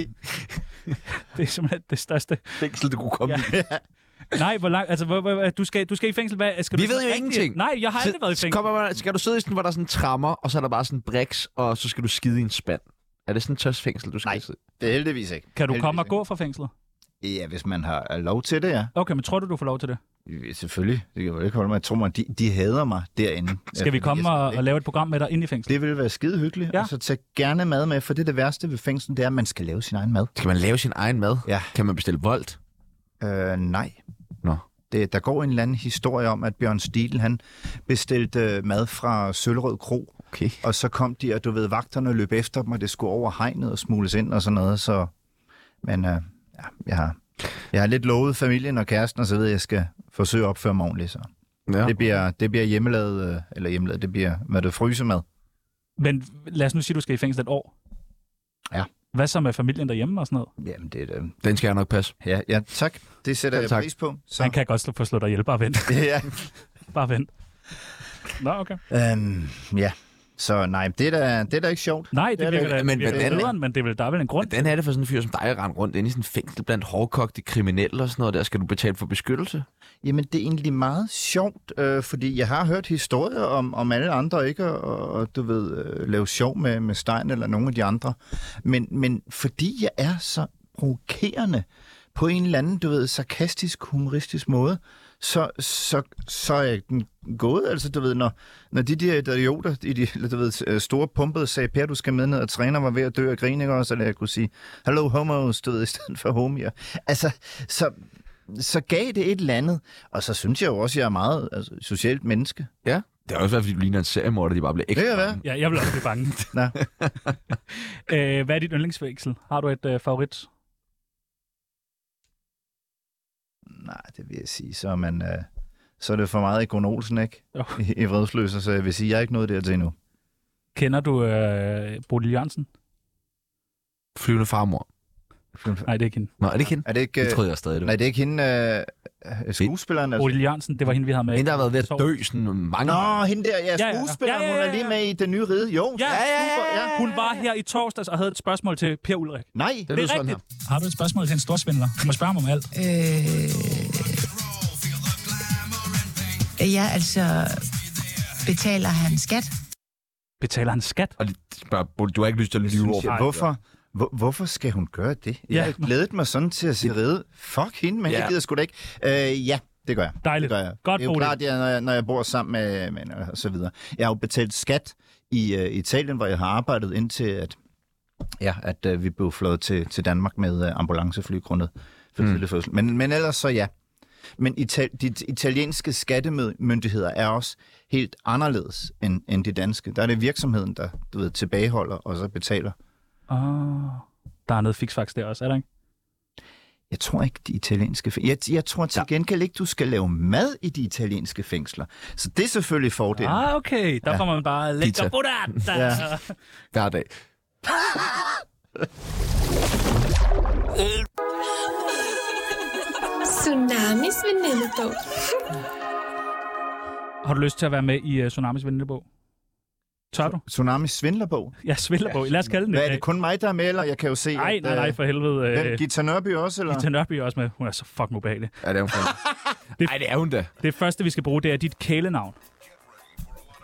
Det er simpelthen det største. Fængsel, du kunne komme Ja. i. Nej, hvor langt... Altså, hvor, hvor, du, skal, du skal i fængsel. Hvad, skal Vi du ved jo rigtig- ingenting. Nej, jeg har aldrig Så- været i så fængsel. kommer man, skal du sidde i sådan, hvor der er sådan trammer, og så er der bare sådan briks, og så skal du skide i en spand. Er det sådan en tørs fængsel, du skal Nej. sidde? Det er heldigvis ikke. Kan du Heldigvis komme og ikke. gå fra fængslet? Ja, hvis man har lov til det, ja. Okay, men tror du, du får lov til det? Selvfølgelig. Det kan jo ikke holde mig. Jeg tror, man, de, de hader mig derinde. Skal vi komme og, og lave et program med dig inde i fængslet? Det vil være skide hyggeligt. Ja. Ja. Så tag gerne mad med, for det er det værste ved fængslen, det er, at man skal lave sin egen mad. Skal man lave sin egen mad? Ja. Kan man bestille Volt? Øh, nej. Nå. Det, der går en eller anden historie om, at Bjørn Stiel, han bestilte øh, mad fra Søllerød Kro, Okay. og så kom de, og du ved, vagterne løb efter dem, og det skulle over hegnet og smugles ind og sådan noget, så... Men øh, ja, jeg har, jeg har lidt lovet familien og kæresten, og så ved jeg, at jeg skal forsøge at opføre mig ordentligt, så... Ja. Det bliver, det bliver hjemmelavet, øh, eller hjemmelavet, det bliver, hvad det frysemad. Men lad os nu sige, at du skal i fængsel et år. Ja. Hvad så med familien derhjemme og sådan noget? Jamen, det er det. Den skal jeg nok passe. Ja, ja, tak. Det sætter Ja, jeg tak. pris på. Så. Han kan godt slå, få slå dig ihjel. Bare vent. Ja. Bare vent. Nå, okay. Øhm, ja. Så nej, det er da, det er da ikke sjovt. Nej, det, Det er det virker det da Men virker hvordan- bedre, men det er vel, der er vel en grund. Hvordan er det for sådan en fyr som dig at rende rundt inde i sådan en fængsel blandt hårdkogte kriminelle og sådan noget der? Skal du betale for beskyttelse? Jamen, det er egentlig meget sjovt, øh, fordi jeg har hørt historier om, om alle andre, ikke? Og, og du ved, øh, lave sjov med, med Stein eller nogle af de andre. Men, men fordi jeg er så provokerende på en eller anden, du ved, sarkastisk, humoristisk måde, så, så, så er jeg den gået. Altså, du ved, når, når de der idioter, de, de du ved, store pumpede sagde, Per, du skal med ned, og træner var ved at dø af grin, ikke også? Eller jeg kunne sige, hello homos, du ved, i stedet for homier. Altså, så, så gav det et eller andet. Og så synes jeg jo også, at jeg er meget altså, socialt menneske. Ja. Det er også været, fordi du ligner en seriemorder, de bare bliver ekstra. Det kan være. bange. Ja, jeg vil også blive bange. Nå. øh, hvad er dit yndlingsfængsel? Har du et øh, favorit? Nej, det vil jeg sige. Så er, man, øh, så er det for meget Egon Olsen, ikke? Jo. I, i Vredsløser, så jeg vil sige, at jeg er ikke nået dertil endnu. Kender du øh, Bodil Jørgensen? Flyvende farmor. Nej, det er ikke hende. Nå, er det ikke hende? Er det ikke... Det Øh, troede jeg stadig, det var. nej, det er ikke hende, øh, skuespilleren. Altså. Bodil Jørgensen, det var hende, vi havde med. Hende, der har været ved at dø sådan mange Nå, hende der, ja, Ja, ja. skuespilleren, Ja, ja, ja, hun er lige ja. med i Den Nye Ride. Jo, Ja, ja, ja, ja. Hun var her i torsdags og havde et spørgsmål til Per Ulrik. Nej, Det, Det lyder er sådan rigtigt. Har du et spørgsmål til en storsvindler? Du må spørge ham om alt. Øh, ja, altså, betaler han skat? Betaler han skat? Og de spørger, du har ikke lyst til at lyve over. ja, hvorfor, hvor, hvorfor skal hun gøre det? Jeg Ja. har glædet mig sådan til at se ride. Fuck hende, men Ja. jeg gider sgu da ikke. Øh, ja, det gør jeg. Dejligt. Det gør jeg. Godt, det er jo Bodil. klart, jeg, når, jeg, når jeg bor sammen med, med og så videre. Jeg har jo betalt skat i uh, Italien, hvor jeg har arbejdet indtil, at, ja, at uh, vi blev flået til, til Danmark med uh, ambulancefly grundet for Mm. tidlig fødsel. Men, men ellers så ja. Men ital- de italienske skattemyndigheder er også helt anderledes end, end de danske. Der er det virksomheden, der du ved, tilbageholder og så betaler. Oh, der er noget fiksfaks der også, er der ikke? Jeg tror ikke, de italienske fængsler... Jeg, jeg tror til gengæld ikke, du skal lave mad i de italienske fængsler. Så det er selvfølgelig fordelen. Ah, okay. Der Ja. får man bare lækker Pizza. burrata. Ja. Hver dag. Tsunamis venindebog. Har du lyst til at være med i uh, Tsunamis venindebog? Tør du? Tsunamis svindlerbog. Ja, svindlerbog. Lad os kalde den Hvad er det. det kun mig, der er med, eller jeg kan jo se... Nej, at, nej, nej, for helvede. Hvem, Øh, Gita Nørby også, eller? Gita Nørby er også med. Hun er så fucking ubehagelig. Ja, det er hun fandme. Nej, det er hun da. Det første, vi skal bruge, det er dit kælenavn.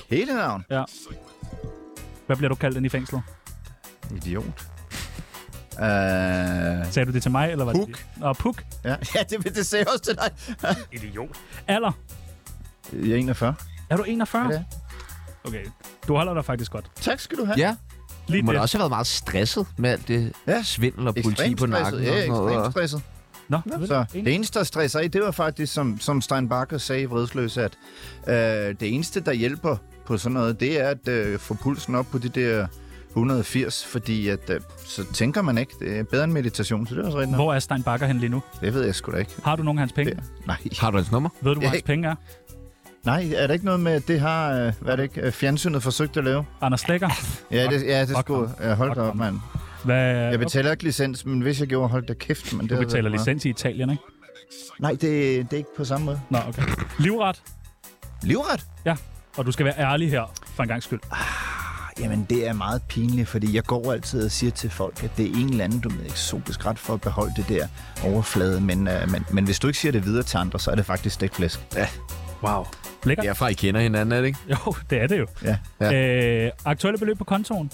Kælenavn. Ja. Hvad bliver du kaldt inde i fængslet? Idiot. Sagde du det til mig, eller var Puk. det? Nå, Puk. Ja, ja det, det sagde jeg også til dig. Idiot. Alder? Jeg er enogfyrre. Er du enogfyrre? Ja. Okay, du holder dig faktisk godt. Tak skal du have. Ja. Lige Du må det. da også have været meget stresset med alt det Ja. svindel og politi Ekstremt på nakken. stresset. og Ja, sådan noget. ekstremt stresset. Nå, Så det eneste, der stresser i, det var faktisk, som, som Stein Bakker sagde i Vredsløs, at øh, det eneste, der hjælper på sådan noget, det er at øh, få pulsen op på de der et hundrede og firs, fordi at, øh, så tænker man ikke. Det er bedre end meditation, så det er også rigtigt. Hvor er Stein Bakker hen lige nu? Det ved jeg sgu da ikke. Har du nogen af hans penge? Det, nej. Har du hans nummer? Ved du, hvor Ja. hans penge er? Nej, er der ikke noget med, at det har, øh, hvad er det ikke, øh, fjernsynet forsøgt at lave? Anders Slækker? Ja, det, ja, det Fuck skulle ham. jeg holde Fuck op, ham. mand. Hvad, Jeg betaler ikke licens, men hvis jeg gjorde, hold da kæft. Men det du havde betaler været licens i Italien, ikke? meget. Nej, det, det er ikke på samme måde. Nå, okay. Livret? Livret? Ja, og du skal være ærlig her, for en gang skyld. Jamen, det er meget pinligt, fordi jeg går altid og siger til folk, at det er en eller anden, du ved, eksotisk ret for at beholde det der overflade. Men, uh, men, men hvis du ikke siger det videre til andre, så er det faktisk stegt flæsk. Ja. Wow. Lækkert. Derfra I kender hinanden, er det ikke? Jo, det er det jo. Ja. Ja. Øh, aktuelle beløb på kontoen?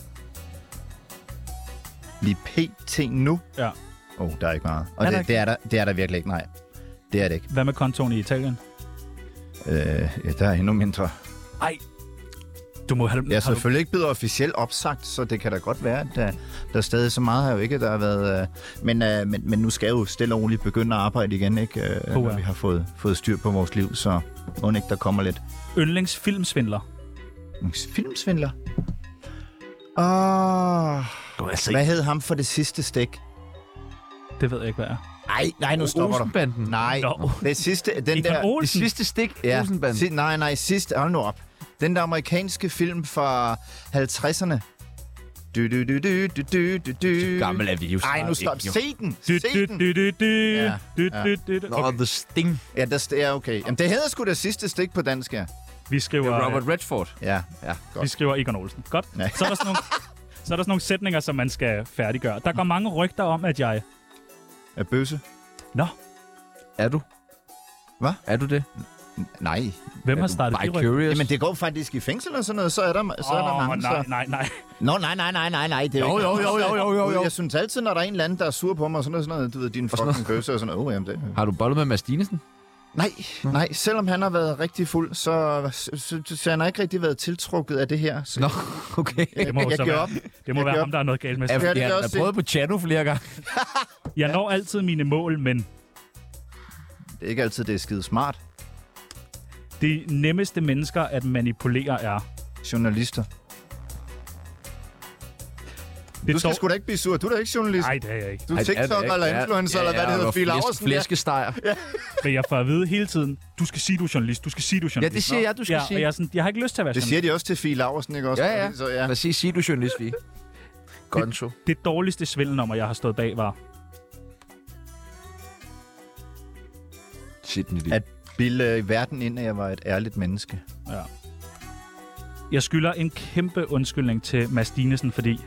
Lige pt. Nu? Ja. Åh, oh, der er ikke meget. Og Er der det, ikke? det, er der, det er der virkelig ikke, nej. Det er det ikke. Hvad med kontoen i Italien? Øh, ja, der er endnu mindre. Ej, du må have... Jeg er har du- selvfølgelig ikke blevet officielt opsagt, så det kan da godt være, at der, der er stadig så meget her jo ikke, der har været... Øh, men, øh, men, men nu skal jeg jo stille og roligt begynde at arbejde igen, ikke? Øh, Puha. når vi har fået, fået styr på vores liv, så må ikke der kommer lidt. Yndlingsfilmsvindler? Filmsvindler? Åh... Du har altså Hvad hed ham for det sidste stik? Det ved jeg ikke, hvad er. Nej, nej, nu stopper du. Olsenbanden. Nej, Nå. det sidste... Den Egon der, Olsen? Det sidste stik, ja, Olsenbanden. si, nej, nej, sidste... Hold nu op. Den der amerikanske film fra halvtredserne. Du, du, du, du, du, du, du, du. Gammel er vi jo Ej, nu snart stop. ikke, jo. Se den. Du, Se du, den. du, du, du, Ja, du, ja. du, du, du. Nå, Okay. The Sting. Ja, der, ja, okay. Jamen, det hedder sgu det sidste stik på dansk, ja. Vi Det skriver, er Robert Redford. Ja, ja, vi godt. skriver Egon Olsen. Godt. Ja. Så er der sådan nogle, så er der sådan nogle sætninger, som man skal færdiggøre. Der går mange rygter om, at jeg... Er bøsse? Nå, Er du? Hvad? Er du det? Nej. hvem Er har du startet de by rygter? curious? Jamen, det går faktisk i fængsel og sådan noget, så er der, så er der Åh, mange, nej, så... nej, nej. Nå, nej, nej, nej, nej, nej. Det er Jo, ikke... jo, jo, jo, jo, jo, jo. Jeg synes altid, når der er en eller anden, der er sur på mig, og sådan noget, sådan noget du ved, din fucking bøsse og sådan noget. Oh, jamen, det... Har du bollet med Mads Dinesen? Nej, nej. Selvom han har været rigtig fuld, så, så, så, så han har ikke rigtig været tiltrukket af det her. Så Nå, okay. Det må, jo jeg så giver være, op. det må Jeg være giver ham, der er noget galt med. Ja, det fordi kan han jeg har også prøvet på Chano flere gange. Jeg når altid mine mål, men Det er ikke altid, det er skide smart. de nemmeste mennesker at manipulere er... Journalister. Det Du skal dår- sgu da ikke blive sur. Du er da ikke journalist. Nej, det er jeg ikke. Du er TikToker eller influencer, eller hvad det hedder. Fie Laursen. Flæskesteg. Men jeg får at vide hele tiden, du skal sige, du er journalist, du skal sige, du er Ja, journalist. det siger jeg, du skal ja, sige. og jeg, er sådan, jeg har ikke lyst til at være Det journalist. siger de også til Fie Laursen, ikke også? Ja, ja. Så, ja. Lad os sige, sig du er journalist, vi. Gonzo. Det dårligste svindelnummer, jeg har stået bag, var... Sidney Lee. At bilde verden ind, at jeg var et ærligt menneske. Ja. Jeg skylder en kæmpe undskyldning til Mads Dinesen, fordi...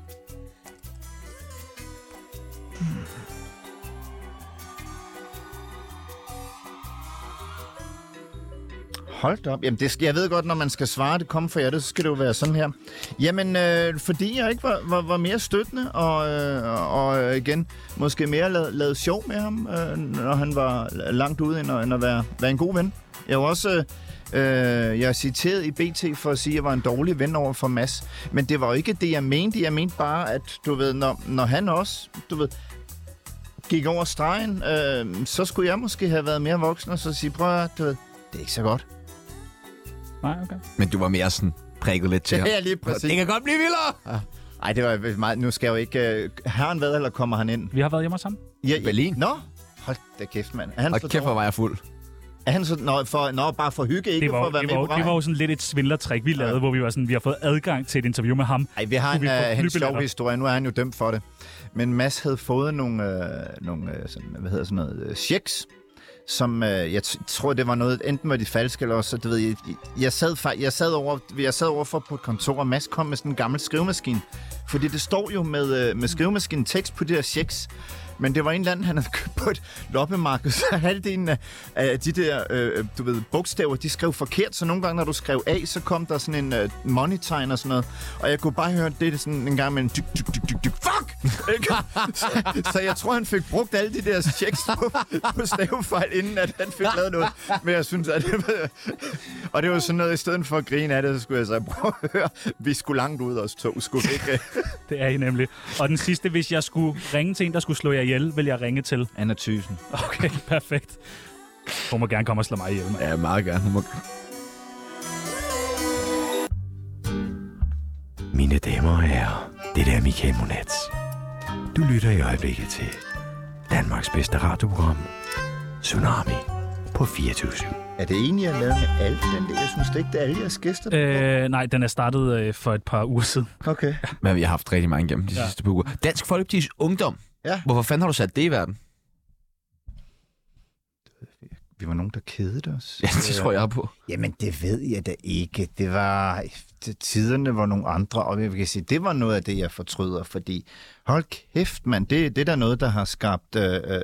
Hold da op. Jamen, det skal, jeg ved godt, når man skal svare, det kommer fra jer, det, så skal det jo være sådan her. Jamen, øh, fordi jeg ikke var, var, var mere støttende, og, øh, og øh, igen, måske mere lavede lave sjov med ham, øh, når han var langt ude, end at, end at være, være en god ven. Jeg var også... Øh, jeg er citeret i B T for at sige, at jeg var en dårlig ven over for Mads. Men det var jo ikke det, jeg mente. Jeg mente bare, at du ved, når, når han også, du ved, gik over stregen, øh, så skulle jeg måske have været mere voksen og så sige, prøv at, du ved, det er ikke så godt. Nej, okay. Men du var mere sådan prikket lidt til ham. Ja, lige præcis. Det kan godt blive vildere! Ej, det var meget... Nu skal jeg jo ikke... Øh, har han været, eller kommer han ind? Vi har været hjemme sammen. Ja, Berlin. Nå, hold da kæft, mand. Er han Og så kæft, hvor dårlig? var jeg fuld. Er han så... Nå, for, nå, bare for hygge, ikke Det var, for at være det, med var, på det vejen? var jo sådan lidt et svindlertrik, vi lavede, Ja. hvor vi var sådan, vi har fået adgang til et interview med ham. Ej, vi har en, Kunne vi få uh, en sjov flybilletter? historie. Nu er han jo dømt for det. Men Mads havde fået nogle, øh, nogle øh, sådan, hvad hedder sådan noget, øh, checks, som øh, jeg t- tror, det var noget, enten var de falske, eller også, du ved, jeg, jeg, sad, fa- jeg, sad over, jeg sad overfor på et kontor, og Mads kom med sådan en gammel skrivemaskine. Fordi det står jo med, øh, med skrivemaskinen tekst på de der checks. Men det var en eller anden, han havde købt på et loppemarked, så halvdelen af, af de der, øh, du ved, bogstaver, de skrev forkert, så nogle gange, når du skrev A, så kom der sådan en øh, money-tegn og sådan noget, og jeg kunne bare høre det sådan en gang med en dyk, dyk, dyk, dyk, dyk, fuck! så, så jeg tror, han fik brugt alle de der checks på, på stavefejl, inden at han fik lavet noget. Men jeg synes, at det var... Og det var sådan noget, i stedet for at grine af det, så skulle jeg så prøve at høre, vi skulle langt ud os to, skulle vi ikke? Det er I nemlig. Og den sidste, hvis jeg skulle ringe til en, der skulle slå jer ihjel, vil jeg ringe til? Anna Thyssen. Okay, perfekt. Hun må gerne komme og slå mig ihjel, mand. Ja, meget gerne. Hun må... Mine damer og herrer, det er Michael Monats. Du lytter i øjeblikket til Danmarks bedste radioprogram, Tsunami på fireogtyve syv. Er det egentlig, jeg lavede med alle den der? Jeg synes det ikke, det er alle jeres gæster. Øh, nej, den er startet øh, for et par uger siden. Okay. Men vi har haft rigtig mange gennem de ja. sidste par uger. Dansk Folkepartis Ungdom. Ja. Hvorfor fanden har du sat det i verden? Vi var nogen, der kedede os. Ja, det tror jeg på. Jamen, det ved jeg da ikke. Det var... Det, tiderne var nogle andre, og jeg kan sige, det var noget af det, jeg fortryder, fordi hold kæft, mand, det, det er da noget, der har skabt øh, øh,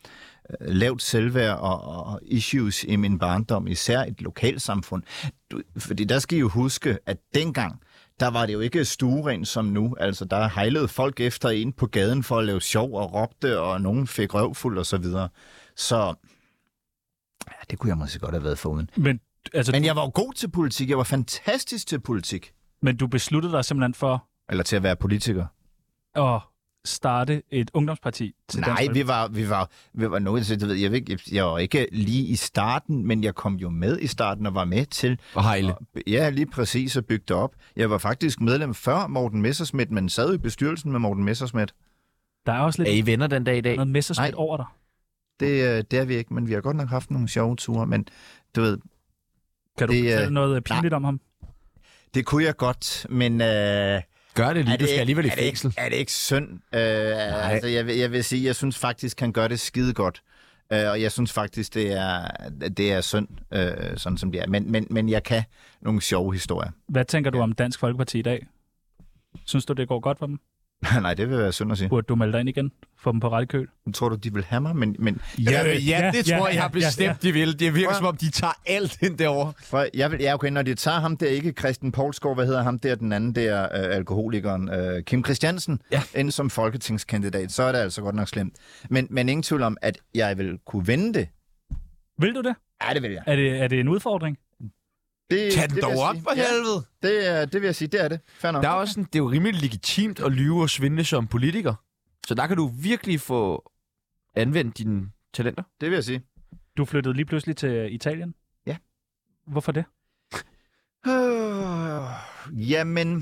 lavt selvværd og, og issues i min barndom, især et lokalsamfund. Du, fordi der skal I jo huske, at dengang, der var det jo ikke stuerent som nu. Altså, der hejlede folk efter en på gaden for at lave sjov og råbte, og nogen fik røvfuld og så videre. Så ja, det kunne jeg måske godt have været foruden. Men, altså, Men jeg var jo god til politik. Jeg var fantastisk til politik. Men du besluttede dig simpelthen for... Eller til at være politiker. At starte et ungdomsparti til Nej, Dansk vi var, vi var, vi var noget, det ved jeg ikke. Jeg var ikke lige i starten, men jeg kom jo med i starten og var med til... Og hejle. Ja, lige præcis at bygge det op. Jeg var faktisk medlem før Morten Messerschmidt, men sad i bestyrelsen med Morten Messerschmidt. Der er også lidt... Er I venner den dag i dag? Noget Messerschmidt over dig. Det, det er vi ikke, men vi har godt nok haft nogle sjove ture, men du ved... Kan du det, fortælle noget pinligt om ham? Det kunne jeg godt, men... Øh, gør det lige, du skal alligevel i fængsel. Er det ikke synd? Øh, altså, jeg, vil, jeg vil sige, jeg synes faktisk, han gør det skide godt. Øh, og jeg synes faktisk, det er, det er synd, øh, sådan som det er. Men, men, men jeg kan nogle sjove historier. Hvad tænker du om Dansk Folkeparti i dag? Synes du, det går godt for dem? Nej, det vil være synd at sige. Burde du melde dig ind igen? Få dem på rette køl? Tror du, de vil have mig? Men, men... Ja, ja, ja, det tror ja, jeg har bestemt, ja, ja. de vil. Det virker for, som om, de tager alt ind derovre. For jeg vil, ja, okay, når de tager ham der, ikke Christian Poulsgaard, hvad hedder ham der, den anden der, øh, alkoholikeren, øh, Kim Christiansen, ja. ind som folketingskandidat, så er det altså godt nok slemt. Men, men ingen tvivl om, at jeg vil kunne vinde det. Vil du det? Ja, det vil jeg. Er det, er det en udfordring? Det, Tag den dog op for helvede. Ja, det, er, det vil jeg sige, det er det. Fair nok. Der er også sådan, det er jo rimelig legitimt at lyve og svindle som politiker. Så der kan du virkelig få anvendt dine talenter. Det vil jeg sige. Du flyttede lige pludselig til Italien? Ja. Hvorfor det? Øh, jamen...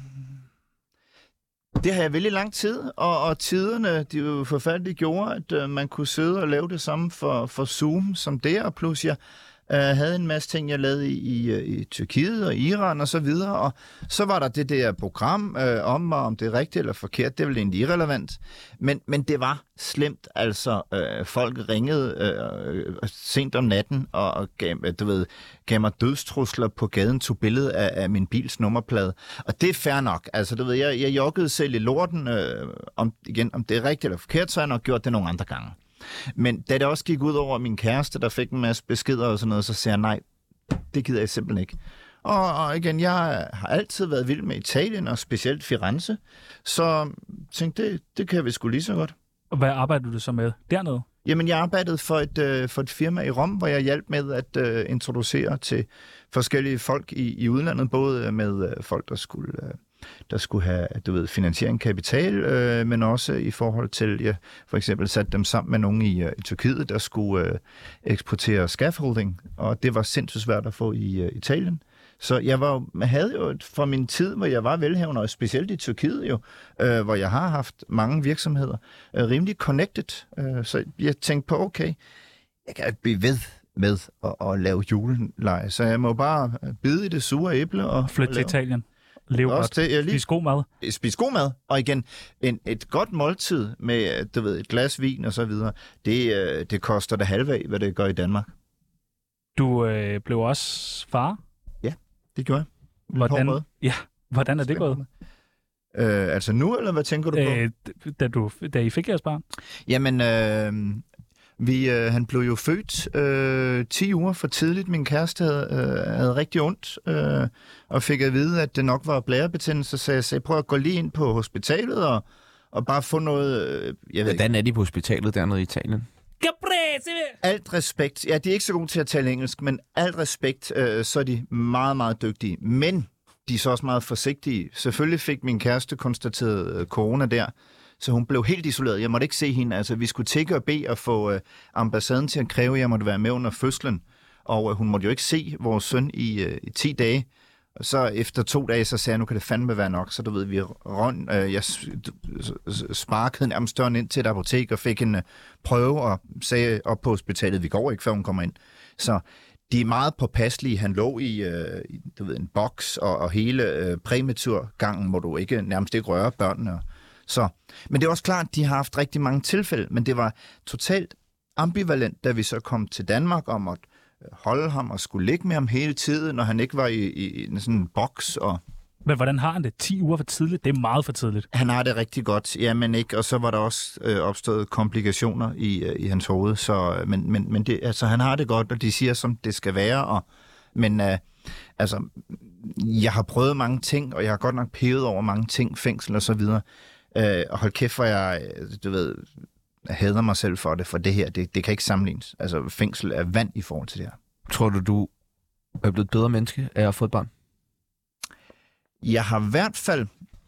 Det har jeg vel i lang tid, og, og tiderne, de jo forfærdeligt gjorde, at øh, man kunne sidde og lave det samme for, for Zoom som det, og plus jeg øh, havde en masse ting, jeg lavede i, i, i Tyrkiet og Iran og så videre, og så var der det der program øh, om, om det er rigtigt eller forkert, det er vel egentlig irrelevant, men, men det var slemt, altså øh, folk ringede øh, sent om natten, og, og gav, du ved, gav mig dødstrusler på gaden, tog billede af, af min bils nummerplade, og det er fair nok, altså du ved, jeg, jeg joggede selv i lorten, øh, om, igen, om det er rigtigt eller forkert, så har jeg nok gjort det nogle andre gange. Men da det også gik ud over min kæreste, der fik en masse beskeder og sådan noget, så sagde jeg, nej, det gider jeg simpelthen ikke. Og, og igen, jeg har altid været vild med Italien, og specielt Firenze, så tænkte det, det kan jeg vist sgu lige så godt. Og hvad arbejder du så med dernede? Jamen, jeg arbejdede for et, øh, for et firma i Rom, hvor jeg hjalp med at øh, introducere til forskellige folk i, i udlandet, både med øh, folk, der skulle... Øh, der skulle have, du ved, finansiering, kapital, øh, men også i forhold til, ja, for eksempel satte dem sammen med nogen i, uh, i Tyrkiet, der skulle øh, eksportere scaffolding, og det var sindssygt svært at få i uh, Italien. Så jeg var, jeg havde jo fra min tid, hvor jeg var velhavende, og specielt i Tyrkiet jo, øh, hvor jeg har haft mange virksomheder, øh, rimelig connected. Øh, så jeg tænkte på, okay, jeg kan blive ved med at, at lave juleleje, så jeg må bare bide i det sure æble og flytte til Italien. Lev godt. Spis god mad. Spis god mad. Og igen, en, et godt måltid med, du ved, et glas vin og så videre, det, det koster det halve af, hvad det gør i Danmark. Du øh, blev også far? Ja, det gjorde jeg. Hvordan, ja, hvordan er det gået? Øh, altså nu, eller hvad tænker du på? Øh, da, du, da I fik jeres barn? Jamen, øh, vi, øh, han blev jo født øh, ti uger for tidligt. Min kæreste havde, øh, havde rigtig ondt, øh, og fik at vide, at det nok var blærebetændelse, så jeg sagde, prøv at gå lige ind på hospitalet og, og bare få noget... Øh, jeg ved Hvordan er de på hospitalet dernede i Italien? Alt respekt. Ja, de er ikke så gode til at tale engelsk, men alt respekt, øh, så er de meget, meget dygtige. Men de er så også meget forsigtige. Selvfølgelig fik min kæreste konstateret øh, corona der, så hun blev helt isoleret. Jeg måtte ikke se hende. Altså, vi skulle tække og bede og få øh, ambassaden til at kræve, at jeg måtte være med under fødslen. Og øh, hun måtte jo ikke se vores søn i, øh, i ti dage. Og så efter to dage, så sagde jeg, nu kan det fandme være nok. Så du ved, vi røn, øh, jeg sparkede nærmest døren ind til et apotek og fik en øh, prøve og sagde op på hospitalet, vi går ikke, før hun kommer ind. Så de er meget påpasselige. Han lå i, øh, du ved, en boks, og, og hele øh, præmaturgangen må du ikke nærmest ikke røre børnene. Så. Men det er også klart, at de har haft rigtig mange tilfælde, men det var totalt ambivalent, da vi så kom til Danmark og måtte holde ham og skulle ligge med ham hele tiden, når han ikke var i, i, i sådan en boks. Og... Men hvordan har han det? ti uger for tidligt? Det er meget for tidligt. Han har det rigtig godt, ja, men ikke. Og så var der også øh, opstået komplikationer i, øh, i hans hoved. Så, men men, men det, altså, han har det godt, og de siger, som det skal være. Og, men øh, altså, jeg har prøvet mange ting, og jeg har godt nok pevet over mange ting, fængsel og så videre. Øh, og hold kæft, for jeg, du ved... Jeg hader mig selv for det, for det her, det, det kan ikke sammenlignes. Altså, fængsel er vand i forhold til det her. Tror du, du er blevet et bedre menneske af at have fået et barn? Jeg har i hvert fald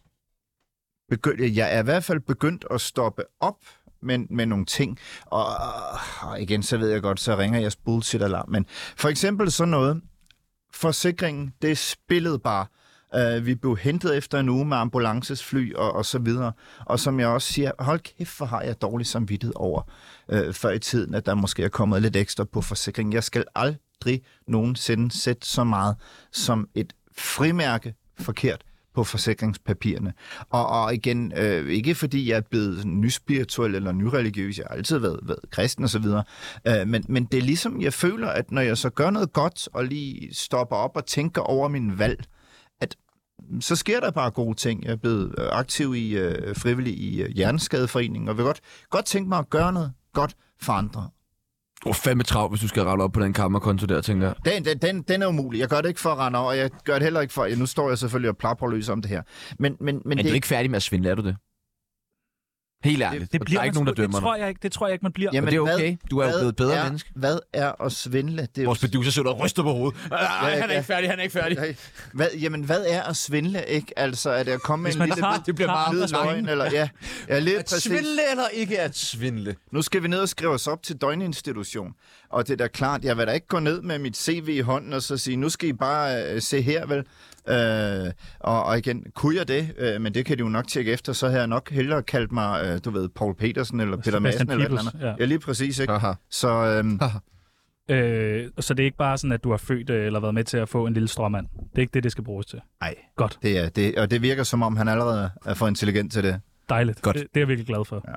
begyndt, jeg er i hvert fald begyndt at stoppe op med, med nogle ting. Og, og igen, så ved jeg godt, så ringer jeres bullshit-alarm. Men for eksempel sådan noget, forsikringen, det spillede bare. Uh, vi blev hentet efter en uge med ambulancesfly og, og så videre. Og som jeg også siger, hold kæft, hvor har jeg dårlig samvittighed over uh, før i tiden, at der måske er kommet lidt ekstra på forsikringen. Jeg skal aldrig nogensinde sætte så meget som et frimærke forkert på forsikringspapirerne. Og, og igen, øh, ikke fordi jeg er blevet nyspirituel eller nyreligiøs, jeg har altid været, været kristen og så videre, øh, men, men det er ligesom, jeg føler, at når jeg så gør noget godt og lige stopper op og tænker over min valg, at så sker der bare gode ting. Jeg er blevet aktiv i øh, frivillig i øh, Hjerneskadeforeningen, og vil godt, godt tænke mig at gøre noget godt for andre. Du er fandme travlt, hvis du skal rette op på den kammerkonto der, tænker jeg. Den, den, den, den er umulig. Jeg gør det ikke for at rende over, og jeg gør det heller ikke for... Ja, nu står jeg selvfølgelig og plapper løs om det her. Men, men, men, men det... du er ikke færdig med at svindle, er du det? Helt ærligt. Det, det bliver der er ikke nogen, der dømmer det tror jeg ikke, det tror jeg ikke, man bliver. Jamen, det er okay. Du er jo blevet et bedre er, menneske. Hvad er at svindle? Det er Vores producer sidder og ryster på hovedet. Nej, ja, han er ikke færdig, han er ikke færdig. Hvad, jamen, hvad er at svindle, ikke? Altså, er det at komme med en lille... Tager, det bliver meget løgn, eller... Ja, ja lidt at præcis. svindle eller ikke at svindle? Nu skal vi ned og skrive os op til døgninstitution. Og det er da klart, jeg vil da ikke gå ned med mit C V i hånden og så sige, nu skal I bare uh, se her, vel? Uh, og, og igen, kunne jeg det? Uh, men det kan de jo nok tjekke efter, så har jeg nok hellere kaldt mig, uh, du ved, Paul Petersen eller Peter Madsen eller et eller andet. Ja. ja, lige præcis, ikke? Aha. Så... Um... øh, så det er ikke bare sådan, at du har født eller været med til at få en lille stråmand. Det er ikke det, det skal bruges til. Nej. Godt. Det er, det, og det virker som om, han allerede er for intelligent til det. Dejligt. Godt. Det, det er jeg virkelig glad for. Ja.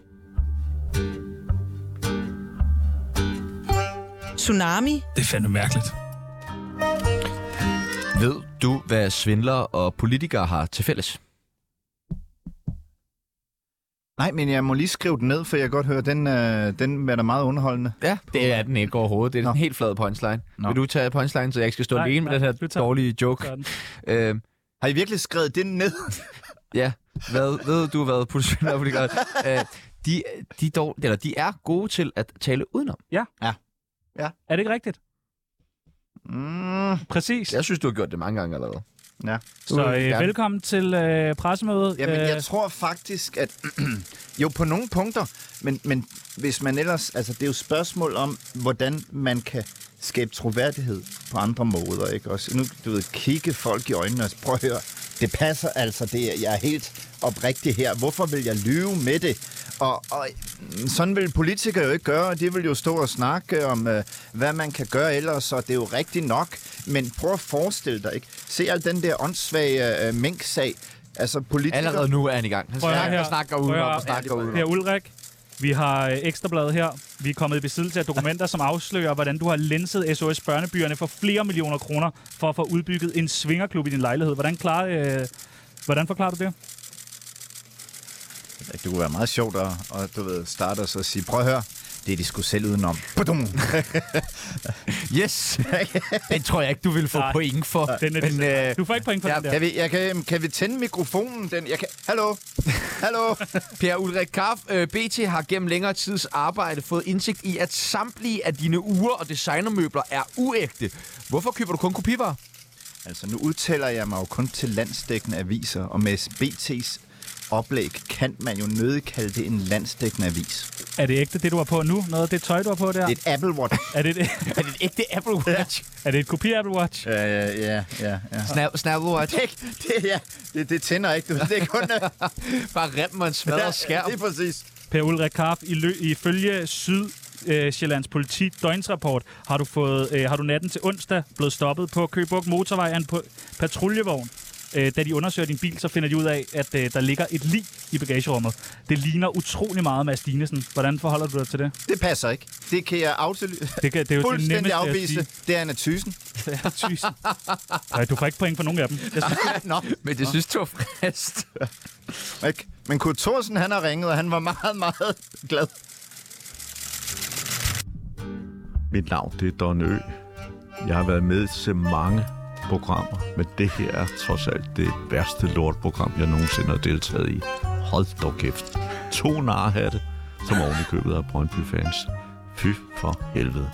Tsunami. Det er fandme mærkeligt. Ved du, hvad svindlere og politikere har til fælles? Nej, men jeg må lige skrive den ned, for jeg kan godt høre, den, øh, den er da meget underholdende. Ja, det er den ikke overhovedet. Det er Nå. en helt flad punchline. Nå. Vil du tage punchline, så jeg ikke skal stå alene med den her dårlige joke? Øh, har I virkelig skrevet den ned? Ja. Hvad, ved du, hvad svindlere og politikere øh, de, de, dog, eller, de er gode til at tale udenom. Ja. Ja. Ja. Er det ikke rigtigt? Mm. Præcis. Jeg synes, du har gjort det mange gange allerede. Ja. Så øh, velkommen til øh, pressemødet. Jamen, jeg tror faktisk, at jo på nogle punkter, men, men hvis man ellers, altså det er jo spørgsmål om, hvordan man kan skabe troværdighed på andre måder, ikke også? Nu, du ved, kigge folk i øjnene og prøv at høre, det passer altså, det, jeg er helt oprigtig her. Hvorfor vil jeg lyve med det? Og, og sådan vil politikere jo ikke gøre. De vil jo stå og snakke om, øh, hvad man kan gøre ellers, og det er jo rigtigt nok. Men prøv at forestille dig, ikke? Se al den der åndssvage øh, mink-sag. Altså politikere... Allerede nu er han i gang. Han snakker, her, snakker udenom og snakker udenom. Her Ulrik, vi har øh, Ekstrabladet her. Vi er kommet i besiddelse af dokumenter, som afslører, hvordan du har linset S O S Børnebyerne for flere millioner kroner for at få udbygget en svingerklub i din lejlighed. Hvordan, klarer, øh, hvordan forklarer du det? Det kunne være meget sjovt at, at du ved, starte og så sige, prøv at høre, det er de sgu selv udenom. Yes! Den tror jeg ikke, du vil få Nej. point for. Den er Men, øh, du får ikke point for ja, den der. Kan vi, jeg kan, kan vi tænde mikrofonen? Den, jeg kan, hallo? Hallo? Per Ulrik Karf, øh, B T har gennem længere tids arbejde fået indsigt i, at samtlige af dine ure og designermøbler er uægte. Hvorfor køber du kun kopivarer? Altså, nu udtaler jeg mig jo kun til landsdækkende aviser, og med B T's oplæg kan man jo nødig kalde det en landsdækkende avis. Er det ægte, det du har på nu? Noget af det tøj, du har på der? Det er et Apple Watch. Er det, et, Er det et ægte Apple Watch? er det et kopi Apple Watch? Ja, ja, ja, ja. ja. Snap, Snapple Watch? Det, det, ja, det, det tænder ikke, du ved. Det er kun... Bare rem og en smadret skærm. Det er præcis. Per Ulrik Karf, i lø- ifølge Syd... Øh, Sjællands Politi døgnsrapport har du fået øh, har du natten til onsdag blevet stoppet på Køge Bugt Motorvej af en p- patruljevogn. Øh, da de undersøger din bil, så finder de ud af, at øh, der ligger et lig i bagagerummet. Det ligner utrolig meget Mads Dinesen. Hvordan forholder du dig til det? Det passer ikke. Det kan jeg absolut Det, kan, det er jo det fuldstændig nemmeste at afvise. sige. Det er Anna Thyssen. Ja, tysen. Nej, du får ikke point for nogen af dem. Jeg synes, Nå. Men det synes du var frist. Ikke? Men Kurt Thorsen, han har ringet, og han var meget, meget glad. Mit navn, det er Don Ø. Jeg har været med til mange programmer, men det her er trods alt det værste lortprogram, jeg nogensinde har deltaget i. Hold dog kæft. To narhatte, som oven i købet af Brøndby-fans. Fy for helvede.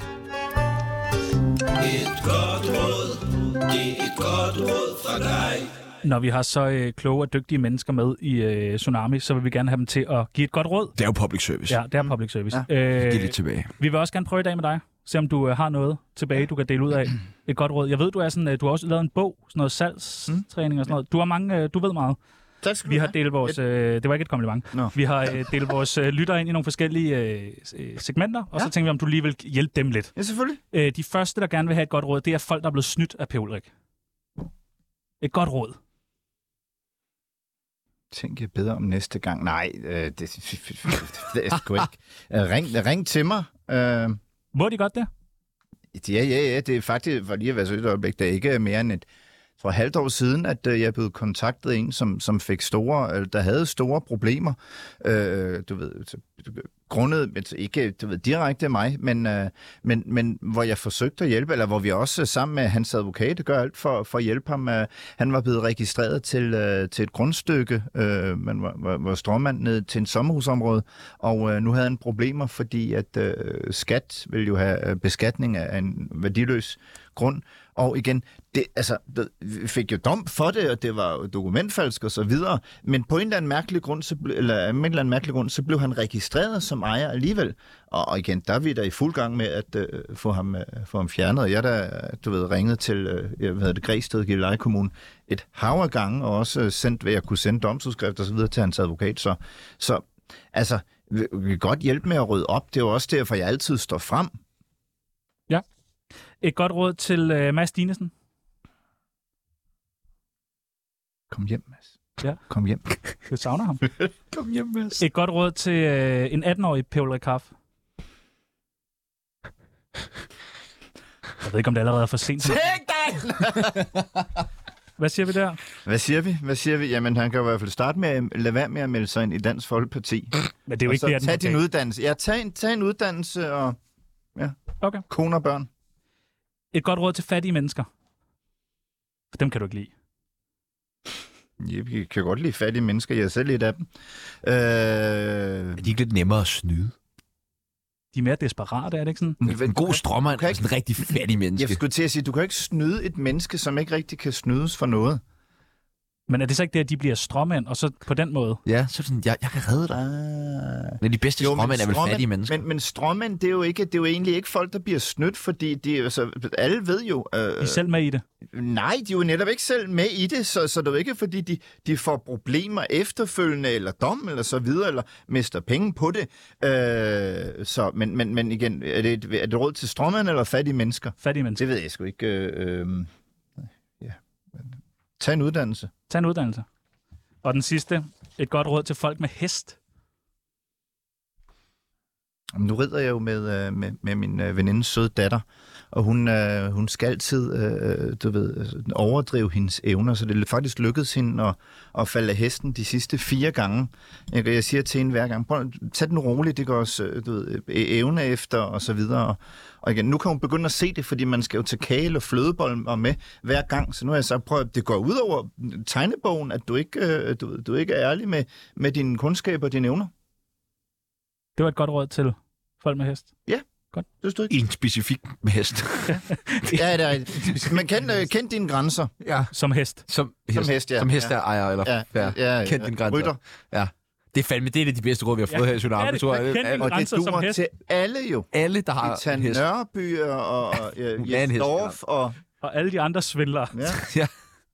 Et godt råd, det er et godt råd fra dig. når vi har så øh, kloge og dygtige mennesker med i øh, Tsunami, så vil vi gerne have dem til at give et godt råd. Det er jo public service. Ja, det er public service. Ja. Øh, Giv lidt tilbage. Vi vil også gerne prøve i dag med dig. Se om du øh, har noget tilbage, du kan dele ud af. Et godt råd. Jeg ved, du er sådan, øh, du har også lavet en bog, sådan noget salgstræning og sådan noget. Du har mange, øh, du ved meget. Tak skal du Vi har have. delt vores, øh, det var ikke et kompliment. Nå. Vi har øh, delt vores øh, lytter ind i nogle forskellige øh, øh, segmenter, og ja. så tænker vi, om du lige vil hjælpe dem lidt. Ja, selvfølgelig. Øh, de første, der gerne vil have et godt råd, det er folk, der er blevet snydt af Per Ulrik. Et godt råd. Tænk jeg bedre om næste gang. Nej, øh, det, det er sgu ikke. Øh, ring, ring til mig. Øh, Må de godt det? ja, ja, ja. Det er faktisk, for lige at være så et øjeblik, det er ikke mere end et for et halvt år siden, at øh, jeg blev kontaktet af en, som, som fik store, øh, der havde store problemer. Øh, du ved, grundet, ikke du ved, direkte mig, men, øh, men, men hvor jeg forsøgte at hjælpe, eller hvor vi også sammen med hans advokat gør alt for, for at hjælpe ham. Øh, han var blevet registreret til, øh, til et grundstykke, øh, man var, var, var stråmand ned til en sommerhusområde, og øh, nu havde han problemer, fordi at øh, skat ville jo have beskatning af en værdiløs grund. Og igen, det, altså, det, vi fik jo dom for det, og det var jo dokumentfalsk og så videre, men på en eller anden mærkelig grund, så ble, eller en eller anden mærkelig grund, så blev han registreret som ejer alligevel. Og, og igen, der er vi der i fuld gang med at uh, få, ham, uh, få ham fjernet. Og jeg der, du ved, ringet til, uh, hvad hedder det, Græsted, Gilleleje Kommune, et hav af gange, og også sendt, ved at kunne sende domsudskrift og så videre til hans advokat. Så, så altså, vi, vi kan godt hjælpe med at rydde op. Det er jo også derfor, jeg altid står frem. Ja. Et godt råd til øh, Mads Dinesen. Kom hjem, Mads. Ja. Kom hjem. Jeg savner ham. Kom hjem, Mads. Et godt råd til øh, en atten-årig Per Ulrik Karf. Jeg ved ikke, om det allerede er for sent. Tænk dig! Hvad siger vi der? Hvad siger vi? Hvad siger vi? Jamen, han kan jo i hvert fald starte med at lade være med at melde sig ind i Dansk Folkeparti. Men det er jo og ikke så det, at tag din uddannelse. Ja, tag en, tag en uddannelse og ja. Okay. Kone og børn. Et godt råd til fattige mennesker. For dem kan du ikke lide. Ja, vi kan godt lide fattige mennesker. Jeg er selv lidt af dem. Øh... Er de ikke lidt nemmere at snyde? De er mere desperate, er det ikke sådan? En god strømmer er ikke... sådan en rigtig fattig menneske. Jeg skulle til at sige, du kan ikke snyde et menneske, som ikke rigtig kan snydes for noget. Men er det så ikke det, at de bliver stråmænd, og så på den måde? Ja, så er det sådan, jeg, jeg kan redde dig. Ah. Men de bedste stråmænd er vel fattige mennesker. Men, men stråmænd, det er jo ikke, det er jo egentlig ikke folk, der bliver snydt, fordi de, altså, alle ved jo... Øh, de er selv med i det? Nej, de er jo netop ikke selv med i det, så, så det er jo ikke, fordi de, de får problemer efterfølgende, eller dom, eller så videre, eller mister penge på det. Øh, så, men, men, men igen, er det, er det råd til stråmænd eller fattige mennesker? Fattige mennesker. Det ved jeg sgu ikke. Øh, øh, ja. Tag en uddannelse. Tag en uddannelse. Og den sidste, et godt råd til folk med hest. Nu rider jeg jo med, med, med min venindes søde datter, og hun, øh, hun skal altid øh, du ved, overdrive hendes evner, så det faktisk lykkedes hende at, at falde af hesten de sidste fire gange. Jeg, jeg siger til hende hver gang, prøv at tage den roligt, det går også du ved, evne efter, og så videre. Og igen, nu kan hun begynde at se det, fordi man skal jo tage kage og flødebold og med hver gang. Så nu har jeg så prøvet, at det går ud over tegnebogen, at du ikke, du, du ikke er ærlig med, med dine kundskaber og dine evner. Det var et godt råd til folk med hest. Ja. Godt. Synes du ikke? En specifik med hest. Ja, det er Man kan uh, kende dine grænser. Ja. Som hest. Som hest, som hest, ja. Som hesteejer, eller ja. Ja, ja, ja. Kend dine grænser. Rytter. Ja. Det er fandme, det er de bedste råd, vi har fået ja. her i Tsunami. Ja, det, det, og det duer til alle jo. Alle, der har en hest. Nørreby og, og uh, Jesdorf og... Og alle de andre svindlere. Ja. ja.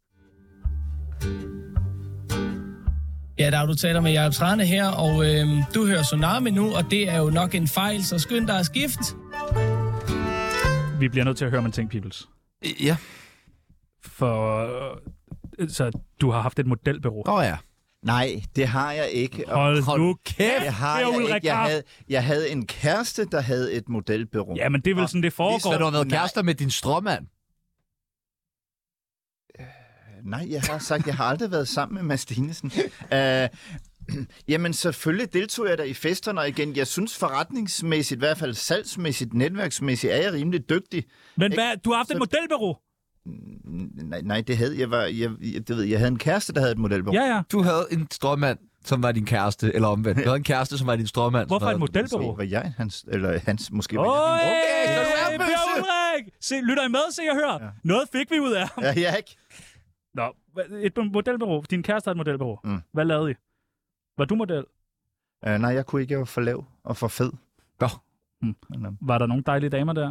Ja, der du taler med Jacob Trane her, og øh, du hører Tsunami nu, og det er jo nok en fejl, så skynd dig at skifte. Vi bliver nødt til at høre om en ting, Peoples. Ja. For øh, så du har haft et modelbureau. Åh oh, ja. Nej, det har jeg ikke. Hold, Hold nu kæft, det har jeg, ikke. Jeg, havde, jeg havde en kæreste, der havde et modelbureau. Ja, men det er vel sådan, det foregår. Så du har været kærester med din stråmand? Nej, jeg har sagt, jeg har aldrig været sammen med Mads Dinesen. Uh, jamen, selvfølgelig deltog jeg der i festerne, og igen, jeg synes forretningsmæssigt, i hvert fald salgsmæssigt, netværksmæssigt, er jeg rimelig dygtig. Men hvad, du har haft så... et modelbureau? Nej, nej, det havde jeg. Var, jeg, jeg, det ved, jeg havde en kæreste, der havde et modelbureau. Ja, ja. Du havde en stråmand, som var din kæreste, eller omvendt. Du havde en kæreste, som var din stråmand. Hvorfor et modelbureau? Var jeg hans, eller hans, måske var jeg din. Okay, så du er bøsse! Ulrik! Se, lytter I med, se og hør. Ja. Noget fik vi ud af ham. Ja, jeg ikke. Nå, et modelbureau. Din kæreste har et modelbureau. Mm. Hvad lavede I? Var du model? Uh, nej, jeg kunne ikke. Jeg var for lav og for fed. Nå. Mm. Men, var der nogle dejlige damer der?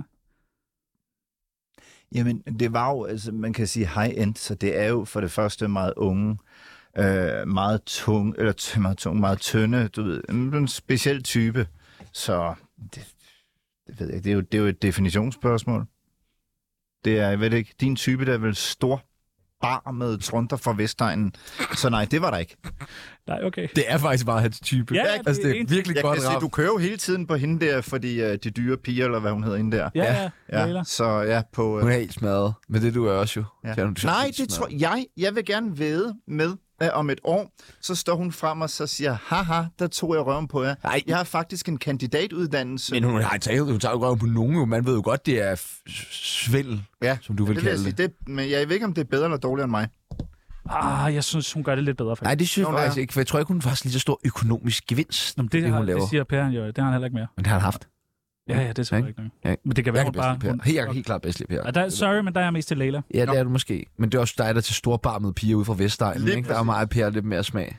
Jamen, det var jo, altså, man kan sige high-end, så det er jo for det første meget unge, øh, meget tung, eller t- meget tung, meget tynde, du ved, en speciel type. Så det, det ved jeg ikke, det er jo, det er jo et definitionsspørgsmål. Det er, jeg ved ikke, din type, der er vel stor, bar med trunter fra Vestegnen. Så nej, det var der ikke. Nej, okay. Det er faktisk bare hans type. Ja, altså, det er en... virkelig jeg godt kan ramt. se, du kører jo hele tiden på hende der, fordi uh, de dyre piger, eller hvad hun hedder, hende der. Ja, ja. ja. Så ja, på... Uh... Hun er helt smadret. Men det du er også jo. Ja. Ja, nej, det tror jeg. Jeg vil gerne væde med, uh, om et år, så står hun frem og så siger, haha, der tog jeg røven på jer. Nej. Jeg har faktisk en kandidatuddannelse. Men hun har taget, hun tager jo røven på nogen jo. Man ved jo godt, det er svindel, ja, som du vil det kalde vil det. det. Men jeg ved ikke, om det er bedre eller dårligere end mig. Ah, jeg synes, hun gør det lidt bedre, faktisk. Nej, det synes jeg faktisk ikke, for jeg tror ikke, hun har lige så stor økonomisk gevinst, Nå, det, det, har, hun laver. Det siger Per jo, det har han heller ikke mere. Men det har han haft. Ja, ja, det er selvfølgelig ikke noget. Ja. Men det kan være, hun bare... Hun... Helt, helt klart bedst lige Per. Ja, der, sorry, men der er jeg mest til Leila. Ja, det er du måske. Men det er også dig, der er til storbarmede piger ude fra Vestegnen, ikke? Der er meget Per lidt mere smag.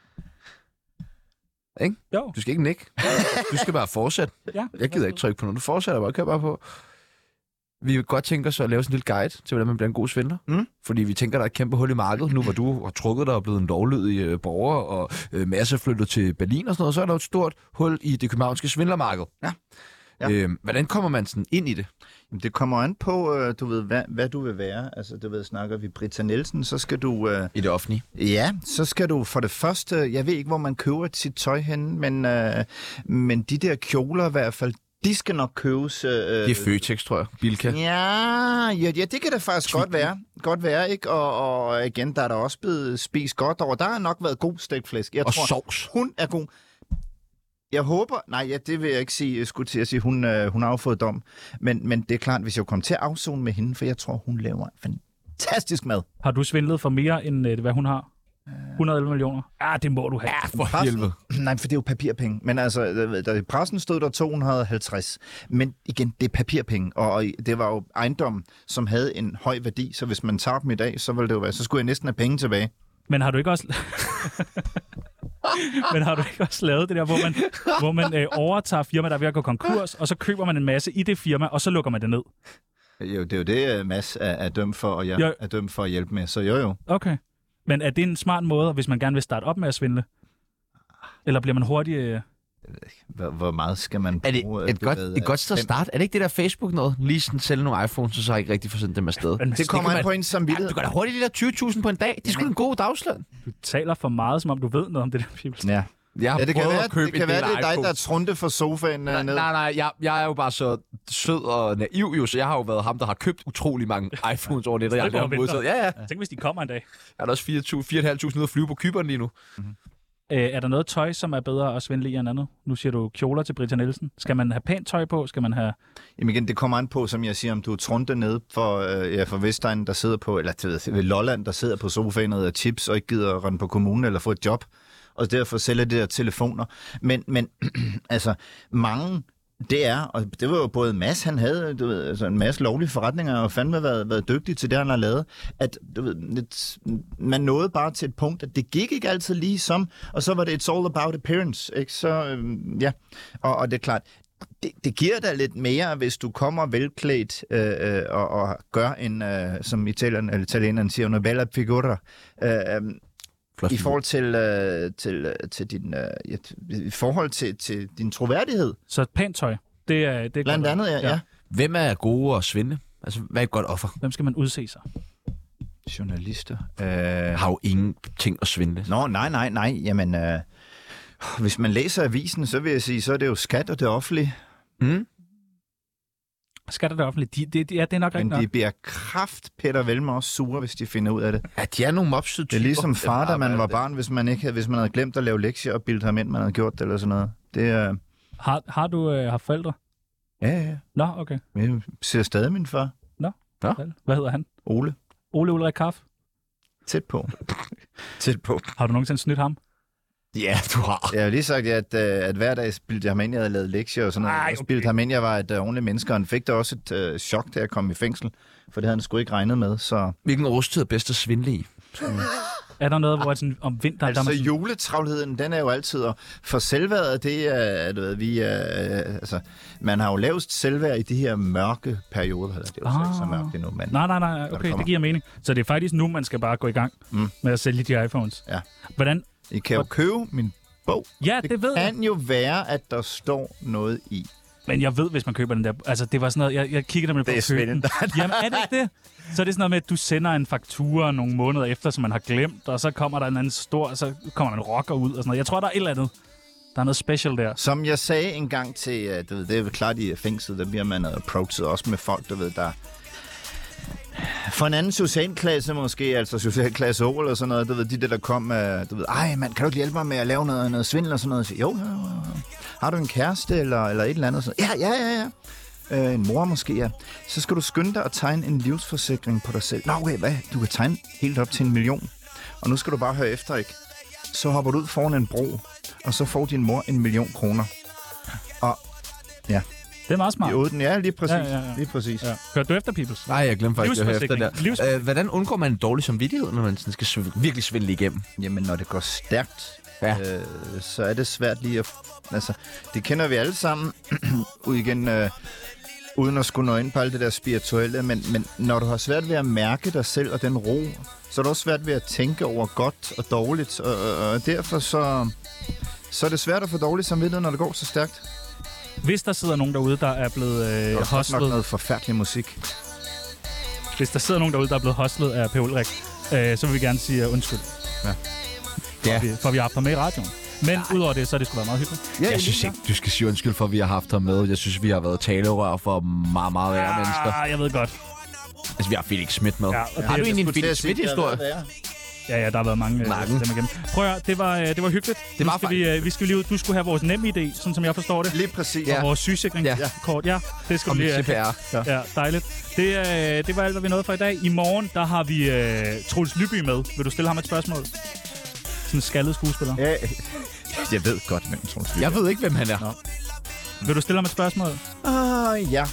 Ikke? Jo. Du skal ikke nikke. Du skal bare fortsætte. Ja. Jeg gider ikke trykke på noget. Du fortsætter bare. Kør bare på. Vi vil godt tænke os at lave sådan en lille guide til, hvordan man bliver en god svindler. Mm. Fordi vi tænker, der er et kæmpe hul i markedet. Nu hvor du har trukket dig og blevet en lovlydig øh, borger, og øh, masser flyttet til Berlin og sådan noget, så er der et stort hul i det københavnske svindlermarked. Ja. Ja. Øh, hvordan kommer man sådan ind i det? Jamen, det kommer an på, øh, du ved, hvad, hvad du vil være. Altså, du ved, snakker vi Britta Nielsen, så skal du... Øh, I det offentlige? Ja, så skal du for det første... Jeg ved ikke, hvor man køber sit tøj henne, men, øh, men de der kjoler i hvert fald, de skal nok købes... Øh, det er Føtex, tror jeg. Bilka. Ja, ja, ja, det kan det faktisk godt være. Godt være, ikke? Og, og igen, der er der også blevet spist godt over. Der har nok været god stegt flæsk. Jeg og tror, sovs. Hun er god. Jeg håber... Nej, ja, det vil jeg ikke sige. Jeg skulle til at sige, hun, øh, hun har jo fået dom. Men, men det er klart, hvis jeg kommer til at afzone med hende, for jeg tror, hun laver fantastisk mad. Har du svindlet for mere, end øh, hvad hun har? et hundrede og elleve millioner? Ja, det må du have. Ja, for helvede. Nej, for det er jo papirpenge. Men altså, der i pressen stod der to hundrede og halvtreds. Men igen, det er papirpenge. Og det var jo ejendom, som havde en høj værdi. Så hvis man tager dem i dag, så ville det jo være, så skulle jeg næsten have penge tilbage. Men har du ikke også... Men har du ikke også lavet det der, hvor man, hvor man øh, overtager firma, der er ved at gå konkurs, og så køber man en masse i det firma, og så lukker man det ned? Jo, det er jo det, Mads er, er dømt for, og jeg jo. er dømt for at hjælpe med. Så jo jo. Okay. Men er det en smart måde, hvis man gerne vil starte op med at svindle? Eller bliver man hurtigt... Øh... Hvor, hvor meget skal man bruge? Er det et, godt, ved, et godt sted at starte? Er det ikke det der Facebook noget? Lige sådan sælge nogle iPhones, så så ikke rigtig få sendt dem afsted. Men det kommer an på en samvittighed. Ja, du kan da hurtigt de der tyve tusind på en dag. Det er sgu en god dagsløn. Du taler for meget, som om du ved noget om det der, Pibels. Ja. Jeg har Ja, det kan prøvet være, at købe det, kan en være, del det er dig, iPhones. der er trunte for sofaen Nej, ned. nej, nej. Jeg, jeg er jo bare så sød og naiv, jo, så jeg har jo været ham, der har købt utrolig mange iPhones over nettet. Jeg går har og aldrig modtaget. Ja, ja. Tænk, hvis de kommer en dag. Jeg er også fire tusind fem hundrede ude at flyve på Cypern lige nu. Mm-hmm. Øh, er der noget tøj, som er bedre at svindle i end andet? Nu siger du kjoler til Britta Nielsen. Skal man have pænt tøj på? Skal man have... Jamen igen, det kommer an på, som jeg siger, om du er trunte nede for, øh, ja, for Vestegnen, der sidder på, eller til, ved Lolland, der sidder på sofaen og chips, og ikke gider at rende på kommunen eller få et job, og derfor sælger de der telefoner. Men, men altså, mange... Det er, og det var jo både Mads, han havde du ved, altså en masse lovlige forretninger, og fandme været, været dygtig til det, han har lavet, at du ved, lidt, man nåede bare til et punkt, at det gik ikke altid lige som, og så var det it's all about appearance, ikke? Så, øhm, ja, og, og det er klart, det, det giver dig lidt mere, hvis du kommer velklædt øh, og, og gør en, øh, som italien, eller italieneren siger, una bella figura, øh, Flot i forhold til, øh, til, til din øh, ja, i forhold til, til din troværdighed. Så pænt tøj. Det er det er blandt andet, ja, ja. Hvem er gode at svinde? Altså, hvad er et godt offer? Hvem skal man udse sig? Journalister. Øh... Har jo ingenting at svinde. Nå, nej, nej, nej. Jamen, øh, hvis man læser avisen, så vil jeg sige, så er det jo skat og det offentlige. Mm. Skat og det offentlige, de, de, de, ja, det er nok Men rigtig de nok. bliver kraft Peter Velmer også sure, hvis de finder ud af det. Ja, de er nogle mopsede Det er ligesom far, da man var barn, hvis man ikke havde, hvis man havde glemt at lave lektier og bilde ham ind, man havde gjort det eller sådan noget. Det er... Øh... Har, har du øh, haft forældre? Ja, ja. Nå, okay. Jeg ser stadig min far. Nå, Nå. Hvad hedder han? Ole. Ole Ulrik Kaff? Tæt på. Tæt på. Har du nogensinde snydt ham? Ja, du har. Jeg har lige sagt, at, at hver dag spildte jeg ham ind, jeg havde lavet lektier og sådan noget. Ej, Jeg spildte okay. ham ind, jeg var et uh, ordentligt menneske, og han fik da også et uh, chok, da jeg kom i fængsel, for det havde han sgu ikke regnet med, så... Hvilken årstid er bedst at svindle i? Er der noget, hvor sådan, om vinteren... Altså, der er man... juletravlheden, den er jo altid... Og for selvværdet, det er... Du ved, vi er altså, man har jo lavest selvværd i de her mørke perioder. Det er jo ah. ikke så mørkt endnu, men... Nej, nej, nej. Okay, det, det giver mening. Så det er faktisk nu, man skal bare gå i gang mm. med at sælge de iPhones. Ja. Hvordan... I kan jo købe min bog. Ja, det, det ved jeg. Det kan jo være, at der står noget i. Men jeg ved, hvis man køber den der... Altså, det var sådan noget... Jeg, jeg kiggede dem på det er køben. Jamen, er det ikke det? Så er det sådan noget med, at du sender en faktura nogle måneder efter, som man har glemt, og så kommer der en anden stor... Så kommer der en rocker ud og sådan noget. Jeg tror, der er et eller andet. Der er noget special der. Som jeg sagde engang til... Du ved, det er jo klart, i fængslet, der bliver man approachet også med folk, du ved, der... For en anden socialklasse måske, altså socialklasse O eller sådan noget, du ved, de der, der kom med, du ved, ej mand, kan du ikke hjælpe mig med at lave noget, noget svindel og sådan noget? Så, jo, jo, jo. Har du en kæreste eller, eller et eller andet? Så, ja, ja, ja, ja. Øh, en mor måske, ja. Så skal du skynde dig at tegne en livsforsikring på dig selv. Nå, okay, hvad? Du kan tegne helt op til en million. Og nu skal du bare høre efter, ikke? Så hopper du ud foran en bro, og så får din mor en million kroner. Og, ja. Det er meget smart. I Oden, ja, lige præcis. Ja, ja, ja. Lige præcis. Ja. Hørte du efter, Peoples? Nej, jeg glemte faktisk at høre efter der. Øh, hvordan undgår man en dårlig samvittighed, når man sådan skal sv- virkelig svindle igennem? Jamen, når det går stærkt, ja. øh, så er det svært lige at... Altså, det kender vi alle sammen. Ud igen, øh, uden at skulle nå ind på alt det der spirituelle. Men, men når du har svært ved at mærke dig selv og den ro, så er det også svært ved at tænke over godt og dårligt. Og, og, og derfor så, så er det svært at få dårlig samvittighed, når det går så stærkt. Hvis der sidder nogen derude, der er blevet øh, hostlet... hostlet... nok noget forfærdelig musik. Hvis der sidder nogen derude, der er blevet hostlet af Per Ulrik, øh, så vil vi gerne sige uh, undskyld. Ja. For, ja. vi, for vi har haft ham med i radioen. Men udover det, så er det sgu været meget hyggeligt. Ja, jeg synes ikke, du skal sige undskyld for, at vi har haft ham med. Jeg synes, vi har været talerør for meget, meget værre ah, mennesker. Jeg ved godt. Altså, vi har Felix Schmidt med. Ja, og har det, du egentlig en Felix Schmidt-historie? Ja, ja, der har været mange øh, stemmer igennem. Prøv at høre, det var, øh, det var hyggeligt. Det var nu skal vi, øh, vi skal lige ud. Du skulle have vores nem-idé, sådan som jeg forstår det. Lige præcis. Og vores sygesikringskort. Ja. ja, det skal Om du lige... C P R. Ja, ja dejligt. Det, øh, det var alt, hvad vi nåede for i dag. I morgen, der har vi øh, Troels Lyby med. Vil du stille ham et spørgsmål? Sådan en skaldet skuespiller. Ja, jeg ved godt, hvem Troels Lyby er. Jeg ved ikke, hvem han er. Nå. Vil du stille ham et spørgsmål? Uh, ja.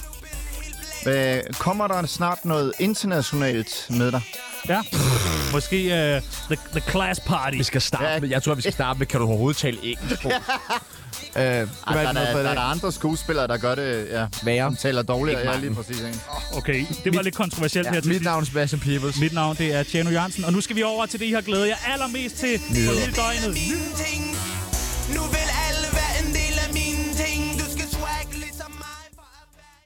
Hvad, kommer der snart noget internationalt med dig? Ja. Måske uh, the, the Class Party. Vi skal starte ja. med, jeg tror, vi skal starte med, kan du overhovedet tale engelsk? uh, Ej, der, er, der, der er andre skuespillere, der gør det, ja. Værre. Som taler dårligt. Ja, lige præcis. Ikke? Okay, det var mit, lidt kontroversielt ja, her til Mit navn er Sebastian Peebles. Mit navn, det er Tjano Jørgensen. Og nu skal vi over til det, I har glædet jer allermest til. Nyheder. På hele døgnet.